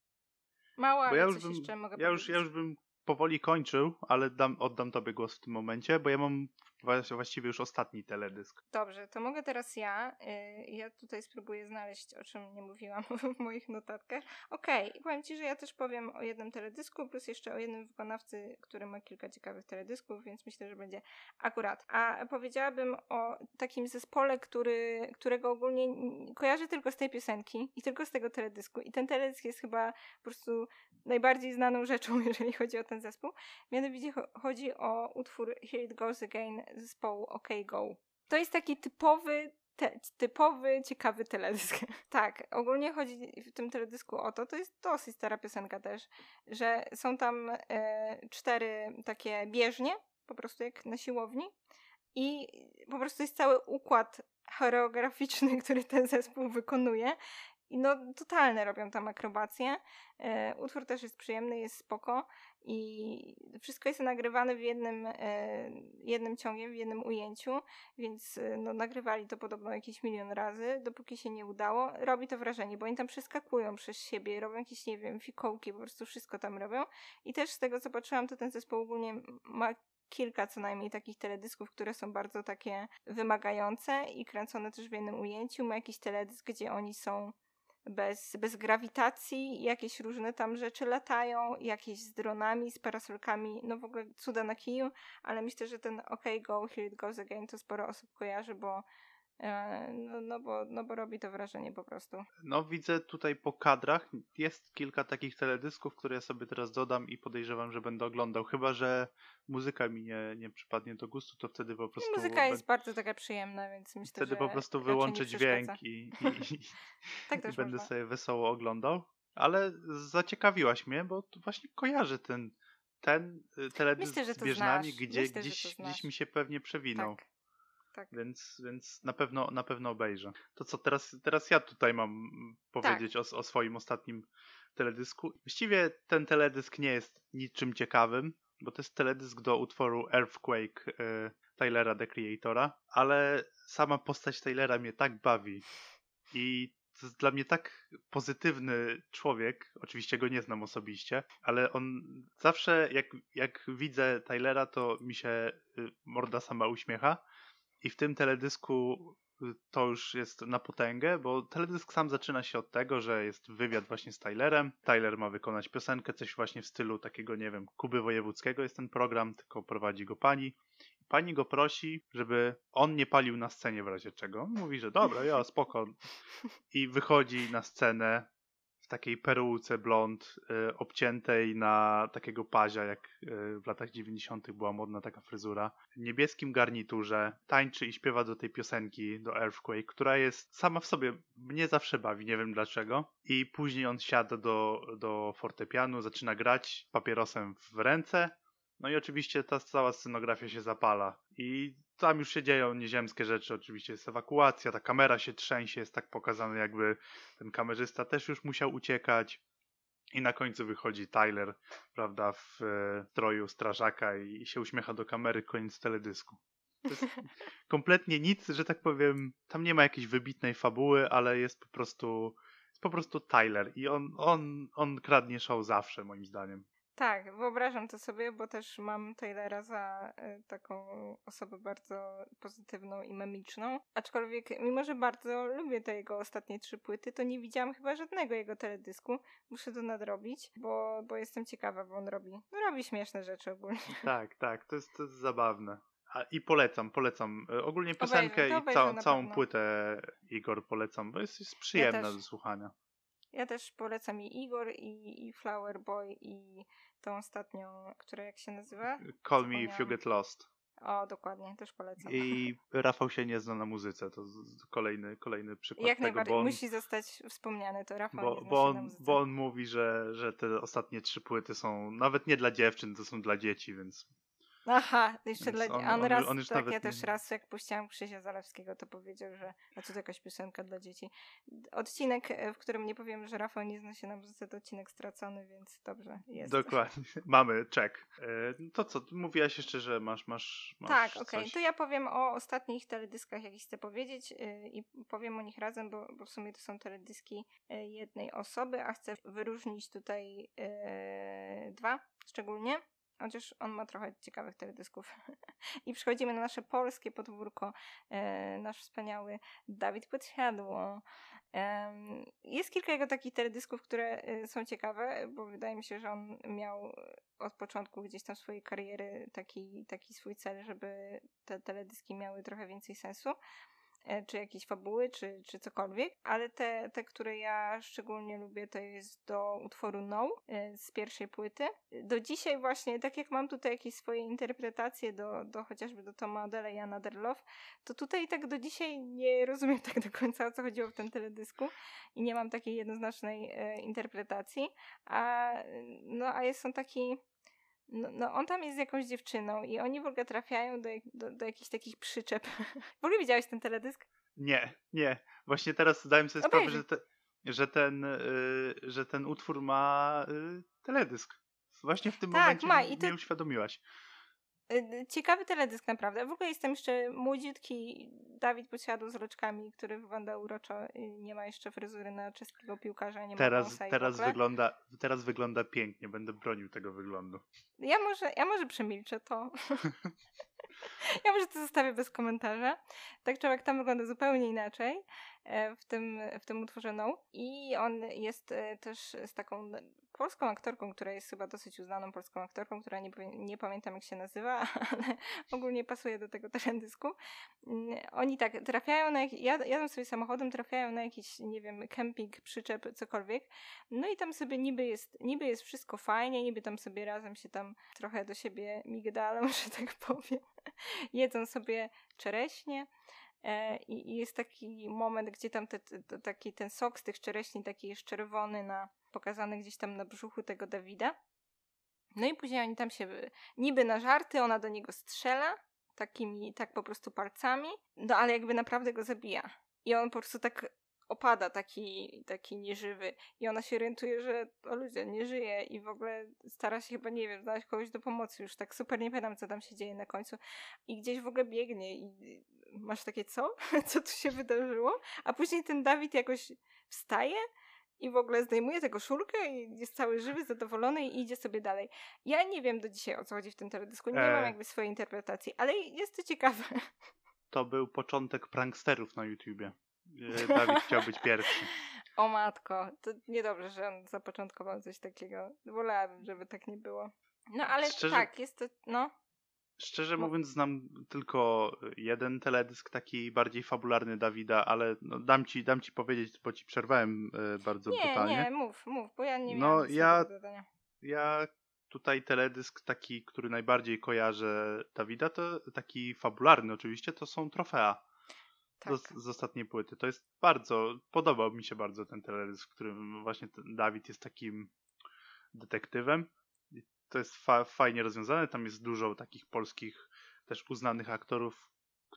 Mało, Bo ale ja już coś bym, jeszcze mogę ja już, powiedzieć. ja już bym powoli kończył, ale dam, oddam tobie głos w tym momencie, bo ja mam wa- właściwie już ostatni teledysk. Dobrze, to mogę teraz ja. Yy, ja tutaj spróbuję znaleźć, o czym nie mówiłam w moich notatkach. Okej, okay. Powiem ci, że ja też powiem o jednym teledysku, plus jeszcze o jednym wykonawcy, który ma kilka ciekawych teledysków, więc myślę, że będzie akurat. A powiedziałabym o takim zespole, który, którego ogólnie n- kojarzę tylko z tej piosenki i tylko z tego teledysku. I ten teledysk jest chyba po prostu najbardziej znaną rzeczą, jeżeli chodzi o ten zespół. Mianowicie cho- chodzi o utwór Here It Goes Again zespołu OK Go. To jest taki typowy, te, typowy, ciekawy teledysk. Tak, ogólnie chodzi w tym teledysku o to, to jest dosyć stara piosenka też, że są tam e, cztery takie bieżnie, po prostu jak na siłowni i po prostu jest cały układ choreograficzny, który ten zespół wykonuje. I no, totalne robią tam akrobacje. E, utwór też jest przyjemny, jest spoko i wszystko jest nagrywane w jednym, e, jednym ciągiem, w jednym ujęciu, więc e, no, nagrywali to podobno jakieś milion razy, dopóki się nie udało. Robi to wrażenie, bo oni tam przeskakują przez siebie, robią jakieś, nie wiem, fikołki, po prostu wszystko tam robią. I też z tego, co patrzyłam, to ten zespół ogólnie ma kilka co najmniej takich teledysków, które są bardzo takie wymagające i kręcone też w jednym ujęciu. Ma jakiś teledysk, gdzie oni są bez, bez grawitacji, jakieś różne tam rzeczy latają, jakieś z dronami, z parasolkami, no w ogóle cuda na kiju, ale myślę, że ten OK Go, Here It Goes Again to sporo osób kojarzy, bo e, no, no, bo, no bo robi to wrażenie po prostu. No widzę tutaj po kadrach, jest kilka takich teledysków, które ja sobie teraz dodam i podejrzewam, że będę oglądał, chyba że muzyka mi nie, nie przypadnie do gustu, to wtedy po prostu... Muzyka jest bardzo taka przyjemna, więc myślę, Wtedy że po prostu raczej wyłączę nie dźwięk przeszkadza. i, i, i, Tak i też będę można. sobie wesoło oglądał. Ale zaciekawiłaś mnie, bo tu właśnie kojarzę ten ten y, teledysk Myślę, że z to Bieżnami znasz. gdzie, Myślę, że to gdzieś, gdzieś znasz. mi się pewnie przewinął. Tak, tak, Więc, więc na pewno na pewno obejrzę. To co, teraz, teraz ja tutaj mam mm, tak. powiedzieć o, o swoim ostatnim teledysku. Właściwie ten teledysk nie jest niczym ciekawym, bo to jest teledysk do utworu Earthquake y, Tylera, The Creatora, ale sama postać Tylera mnie tak bawi i to jest dla mnie tak pozytywny człowiek, oczywiście go nie znam osobiście, ale on zawsze jak, jak widzę Tylera, to mi się y, morda sama uśmiecha. I w tym teledysku y, to już jest na potęgę, bo teledysk sam zaczyna się od tego, że jest wywiad właśnie z Tylerem. Tyler ma wykonać piosenkę, coś właśnie w stylu takiego, nie wiem, Kuby Wojewódzkiego jest ten program, tylko prowadzi go pani. Pani go prosi, żeby on nie palił na scenie w razie czego. On mówi, że dobra, ja, spoko. I wychodzi na scenę w takiej peruce blond, y, obciętej na takiego pazia, jak y, w latach dziewięćdziesiątych była modna taka fryzura. W niebieskim garniturze tańczy i śpiewa do tej piosenki, do Earthquake, która jest sama w sobie, mnie zawsze bawi, nie wiem dlaczego. I później on siada do, do fortepianu, zaczyna grać papierosem w ręce. No i oczywiście ta cała scenografia się zapala. I tam już się dzieją nieziemskie rzeczy, oczywiście jest ewakuacja, ta kamera się trzęsie, jest tak pokazane, jakby ten kamerzysta też już musiał uciekać. I na końcu wychodzi Tyler, prawda, w e, stroju strażaka i, i się uśmiecha do kamery, koniec teledysku. To jest kompletnie nic, że tak powiem, tam nie ma jakiejś wybitnej fabuły, ale jest po prostu, jest po prostu Tyler i on, on, on kradnie show zawsze, moim zdaniem. Tak, wyobrażam to sobie, bo też mam Taylora za y, taką osobę bardzo pozytywną i memiczną. Aczkolwiek, mimo że bardzo lubię te jego ostatnie trzy płyty, to nie widziałam chyba żadnego jego teledysku. Muszę to nadrobić, bo, bo jestem ciekawa, bo on robi, no, robi śmieszne rzeczy ogólnie. Tak, tak, to jest, to jest zabawne. A, I polecam, polecam. E, Ogólnie Obejrzę, piosenkę to i obejrzę całą, na całą pewno. płytę Igor polecam, bo jest, jest Ja przyjemna też. do słuchania. Ja też polecam i Igor, i, i Flower Boy, i tą ostatnią, która jak się nazywa? Call me if you Zapomniałam. get lost. O, dokładnie, też polecam. I Rafał się nie zna na muzyce, to z- z- kolejny, kolejny przykład Jak tego, najbardziej, bo on, musi zostać wspomniany, to Rafał nie bo, zna bo się na on, muzyce. bo on mówi, że, że te ostatnie trzy płyty są nawet nie dla dziewczyn, to są dla dzieci, więc, Aha, jeszcze więc dla... on, On on, raz, on już tak, ja nawet nie... też raz jak puściłam Krzysia Zalewskiego, to powiedział, że a co to jakaś piosenka dla dzieci. Odcinek, e, w którym nie powiem, że Rafał nie zna się na muzyce, to odcinek stracony, więc dobrze, jest. Dokładnie, mamy, check. E, To co, ty mówiłaś jeszcze, że masz, masz, masz Tak, okej, coś... to ja powiem o ostatnich teledyskach, jakich chcę powiedzieć yy, i powiem o nich razem, bo, bo w sumie to są teledyski yy, jednej osoby, a chcę wyróżnić tutaj yy, dwa szczególnie, chociaż on ma trochę ciekawych teledysków. I przechodzimy na nasze polskie podwórko, yy, nasz wspaniały Dawid Podsiadło. Em, Jest kilka jego takich teledysków, które y, są ciekawe, bo wydaje mi się, że on miał od początku gdzieś tam swojej kariery taki, taki swój cel, żeby te teledyski miały trochę więcej sensu, e, czy jakieś fabuły, czy, czy cokolwiek, ale te, te, które ja szczególnie lubię, to jest do utworu No e, z pierwszej płyty. Do dzisiaj właśnie, tak jak mam tutaj jakieś swoje interpretacje do, do chociażby do Toma Odella i Another Love, to tutaj tak do dzisiaj nie rozumiem tak do końca, o co chodziło w tym teledysku i nie mam takiej jednoznacznej e, interpretacji, a, no, a jest on taki... No, no on tam jest z jakąś dziewczyną i oni w ogóle trafiają do, do, do jakichś takich przyczep. W ogóle widziałeś ten teledysk? Nie, nie. Właśnie teraz zdałem sobie sprawę, Obejrzyj. że, te, że, ten, y, że ten utwór ma y, teledysk. Właśnie w tym Tak, momencie ma mi, i to mnie uświadomiłaś. y, ciekawy teledysk naprawdę. W ogóle jest tam jeszcze młodziutki Dawid Podsiadło z roczkami, który wygląda uroczo. y, Nie ma jeszcze fryzury na czeskiego piłkarza, nie ma Teraz, wąsa i w teraz, ogóle. wygląda, teraz wygląda pięknie, będę bronił tego wyglądu. Ja może, ja może przemilczę to. Ja może to zostawię bez komentarza. Tak człowiek tam wygląda zupełnie inaczej e, w tym, w tym utworze No. I on jest e, też z taką polską aktorką, która jest chyba dosyć uznaną polską aktorką, która nie, powie- nie pamiętam jak się nazywa, ale ogólnie pasuje do tego teledysku. Mm, Oni tak trafiają na jakiś, jad, jadą sobie samochodem, trafiają na jakiś, nie wiem, kemping, przyczep, cokolwiek. No i tam sobie niby jest, niby jest wszystko fajnie, niby tam sobie razem się tam trochę do siebie migdalą, że tak powiem. Jedzą sobie czereśnie e, i, i jest taki moment, gdzie tam te, te, taki ten sok z tych czereśni taki jest czerwony, na, pokazany gdzieś tam na brzuchu tego Dawida. No i później oni tam się, y, niby na żarty, ona do niego strzela, takimi, tak po prostu palcami, no ale jakby naprawdę go zabija. I on po prostu tak opada, taki, taki nieżywy. I ona się orientuje, że o ludzie, nie żyje i w ogóle stara się chyba, nie wiem, znaleźć kogoś do pomocy. Już tak super nie pamiętam, co tam się dzieje na końcu. I gdzieś w ogóle biegnie i masz takie, co? Co tu się wydarzyło? A później ten Dawid jakoś wstaje i w ogóle zdejmuje tę koszulkę i jest cały żywy, zadowolony i idzie sobie dalej. Ja nie wiem do dzisiaj, o co chodzi w tym teledysku. Nie mam E, jakby swojej interpretacji, ale jest to ciekawe. to był początek pranksterów na YouTubie. E, Dawid chciał być pierwszy. O matko, to niedobrze, że on zapoczątkował coś takiego. Wolałabym, żeby tak nie było. No ale Szczerze, tak, jest to, no. szczerze Mów. mówiąc, znam tylko jeden teledysk taki bardziej fabularny Dawida, ale no, dam ci, dam ci powiedzieć, bo ci przerwałem e, bardzo Nie, brutalnie. nie, mów, mów, bo ja nie No miałam nic ja, do dodania. ja tutaj teledysk taki, który najbardziej kojarzę Dawida, to taki fabularny oczywiście, to są trofea Tak. z, z ostatniej płyty. To jest bardzo, podobał mi się bardzo ten teledysk, w którym właśnie ten Dawid jest takim detektywem. I to jest fa- fajnie rozwiązane, tam jest dużo takich polskich też uznanych aktorów,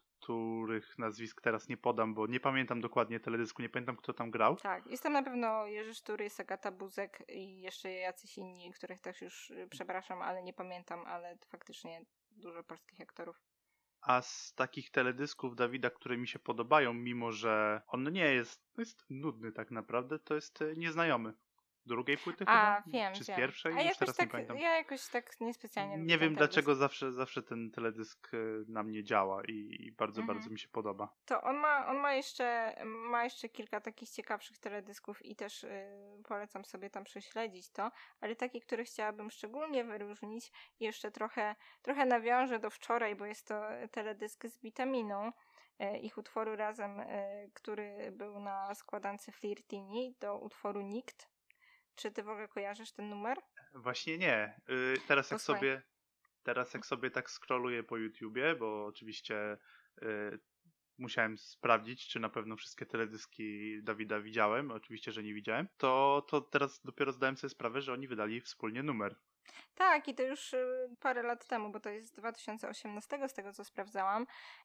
których nazwisk teraz nie podam, bo nie pamiętam dokładnie teledysku, nie pamiętam kto tam grał. Tak, jest tam na pewno Jerzy Szturys, Agata Buzek i jeszcze jacyś inni, których też już y, przepraszam, ale nie pamiętam, ale faktycznie dużo polskich aktorów. A z takich teledysków Dawida, które mi się podobają, mimo że on nie jest, no jest nudny tak naprawdę, to jest e, Nieznajomy. Drugiej płyty A, chyba? wiem, Czy z wiem. pierwszej? A Już jakoś teraz nie tak, pamiętam. ja jakoś tak niespecjalnie lubię Nie ten wiem teledysk. dlaczego zawsze, zawsze ten teledysk e, na mnie działa i, i bardzo, Mhm. bardzo mi się podoba. To on ma, on ma jeszcze, ma jeszcze kilka takich ciekawszych teledysków i też y, polecam sobie tam prześledzić to, ale takie, które chciałabym szczególnie wyróżnić, jeszcze trochę, trochę nawiążę do wczoraj, bo jest to teledysk z Vitaminą, y, ich utworu razem, y, który był na składance Flirtini do utworu Nikt. Czy ty w ogóle kojarzysz ten numer? Właśnie nie. Y, teraz jak Posłuchaj. sobie teraz jak sobie tak scrolluję po YouTubie, bo oczywiście y, musiałem sprawdzić, czy na pewno wszystkie teledyski Dawida widziałem. Oczywiście, że nie widziałem. To, to teraz dopiero zdałem sobie sprawę, że oni wydali wspólnie numer. Tak, i to już y, parę lat temu, bo to jest z dwa tysiące osiemnastego, z tego co sprawdzałam.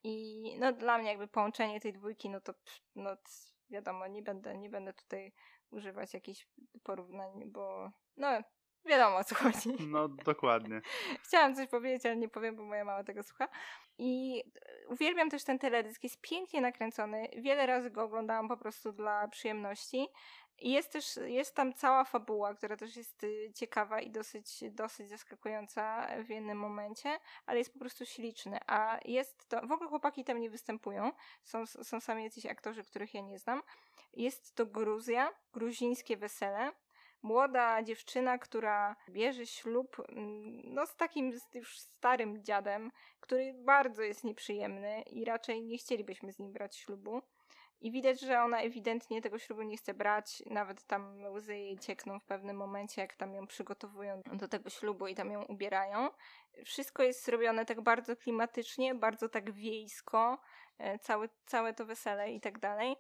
I no dla mnie jakby połączenie tej dwójki, no to pff, no c- wiadomo, nie będę, nie będę tutaj używać jakichś porównań, bo no wiadomo o co chodzi. No, dokładnie. Chciałam coś powiedzieć, ale nie powiem, bo moja mama tego słucha. I e, uwielbiam też ten teledysk, jest pięknie nakręcony. Wiele razy go oglądałam po prostu dla przyjemności. I jest też, jest tam cała fabuła, która też jest y, ciekawa i dosyć, dosyć zaskakująca w jednym momencie, ale jest po prostu śliczny. A jest to, w ogóle chłopaki tam nie występują, są, są sami jacyś aktorzy, których ja nie znam. Jest to Gruzja, gruzińskie wesele. Młoda dziewczyna, która bierze ślub mm, no, z takim z- już starym dziadem, który bardzo jest nieprzyjemny i raczej nie chcielibyśmy z nim brać ślubu. I widać, że ona ewidentnie tego ślubu nie chce brać, nawet tam łzy jej ciekną w pewnym momencie, jak tam ją przygotowują do tego ślubu i tam ją ubierają. Wszystko jest zrobione tak bardzo klimatycznie, bardzo tak wiejsko, e, całe, całe to wesele i tak dalej.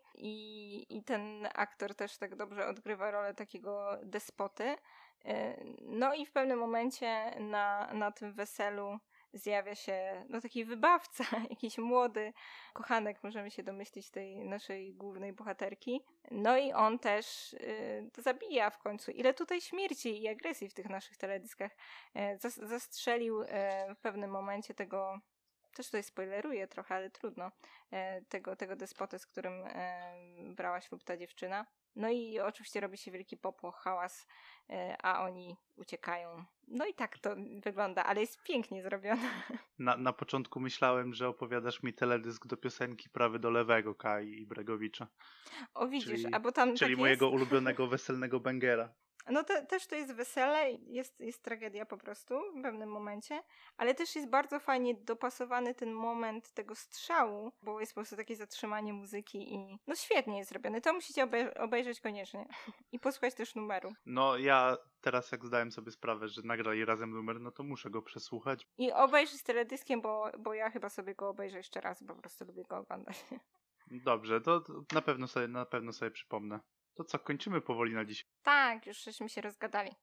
I, I ten aktor też tak dobrze odgrywa rolę takiego despoty. E, No i w pewnym momencie na, na tym weselu zjawia się no taki wybawca, jakiś młody kochanek, możemy się domyślić, tej naszej głównej bohaterki. No i on też y, zabija w końcu. Ile tutaj śmierci i agresji w tych naszych teledyskach. E, zas- zastrzelił e, w pewnym momencie tego, też tutaj spoileruję trochę, ale trudno, e, tego, tego despotę, z którym e, brała ślub ta dziewczyna. No i oczywiście robi się wielki popłoch, hałas, e, a oni uciekają. No i tak to wygląda, ale jest pięknie zrobione. Na, na początku myślałem, że opowiadasz mi teledysk do piosenki Prawy do lewego Kai i Bregowicza. O widzisz, Czyli, a bo tam czyli tak mojego jest. ulubionego weselnego bangera. No te, też to jest wesele, jest, jest tragedia po prostu w pewnym momencie, ale też jest bardzo fajnie dopasowany ten moment tego strzału, bo jest po prostu takie zatrzymanie muzyki i no świetnie jest zrobione. To musicie obej- obejrzeć koniecznie i posłuchać też numeru. No ja teraz jak zdałem sobie sprawę, że nagrali razem numer, no to muszę go przesłuchać. I obejrzyj z teledyskiem, bo, bo ja chyba sobie go obejrzę jeszcze raz, bo po prostu lubię go oglądać. Dobrze, to, to na pewno sobie, na pewno sobie przypomnę. To co, kończymy powoli na dziś. Tak, już żeśmy się rozgadali.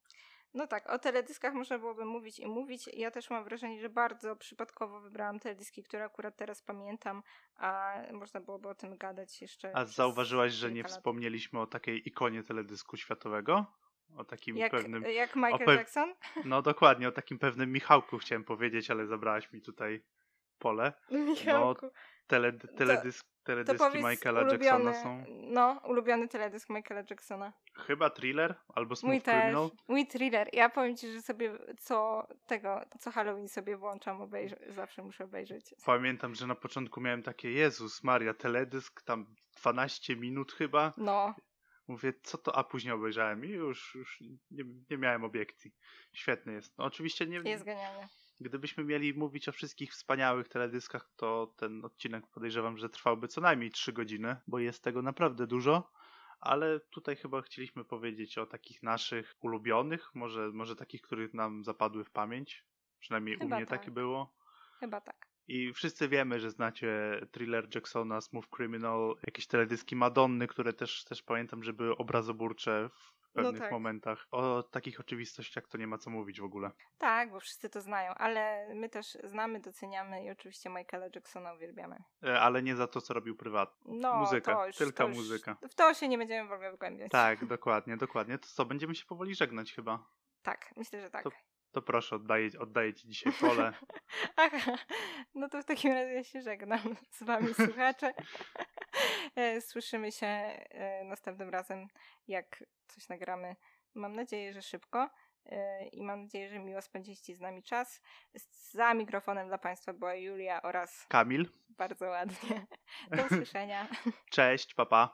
No tak, o teledyskach można byłoby mówić i mówić. Ja też mam wrażenie, że bardzo przypadkowo wybrałam teledyski, które akurat teraz pamiętam, a można byłoby o tym gadać jeszcze A przez zauważyłaś, że nie kilka lat. wspomnieliśmy o takiej ikonie teledysku światowego? O takim Jak, pewnym... jak o Michael pew- Jackson? No dokładnie, o takim pewnym Michałku chciałem powiedzieć, ale zabrałaś mi tutaj pole. No, Michałku. tele, To, teledysk, to teledyski powiedz Michaela ulubiony, Jacksona są no, ulubiony teledysk Michaela Jacksona. chyba Thriller albo Smooth Mój też, Criminal. mój thriller. Ja powiem ci, że sobie co tego, co Halloween sobie włączam, obejrzę, zawsze muszę obejrzeć. Pamiętam, że na początku miałem takie, Jezus Maria, teledysk, tam dwanaście minut chyba. No, Mówię, co to, a później obejrzałem i już, już nie, nie miałem obiekcji. Świetny jest. No, oczywiście nie, jest genialnie. gdybyśmy mieli mówić o wszystkich wspaniałych teledyskach, to ten odcinek podejrzewam, że trwałby co najmniej trzy godziny, bo jest tego naprawdę dużo. Ale tutaj chyba chcieliśmy powiedzieć o takich naszych ulubionych, może, może takich, których nam zapadły w pamięć. Przynajmniej Chyba u mnie tak. takie było. Chyba tak. I wszyscy wiemy, że znacie Thriller Jacksona, Smooth Criminal, jakieś teledyski Madonny, które też, też pamiętam, że były obrazoburcze w No pewnych tak. momentach. O takich oczywistościach to nie ma co mówić w ogóle. Tak, bo wszyscy to znają, ale my też znamy, doceniamy i oczywiście Michaela Jacksona uwielbiamy. E, Ale nie za to, co robił prywatnie. No, Muzyka, to już, tylko to już, muzyka. W to się nie będziemy w ogóle wgłębiać. Tak, dokładnie, dokładnie. To co, będziemy się powoli żegnać chyba. Tak, myślę, że tak. To, to proszę, oddaję, oddaję ci dzisiaj pole. Aha, no to w takim razie ja się żegnam z wami, słuchacze. E, Słyszymy się e, następnym razem, jak coś nagramy. Mam nadzieję, że szybko e, i mam nadzieję, że miło spędziliście z nami czas. Za mikrofonem dla Państwa była Julia oraz Kamil, bardzo ładnie. Do usłyszenia. cześć, papa.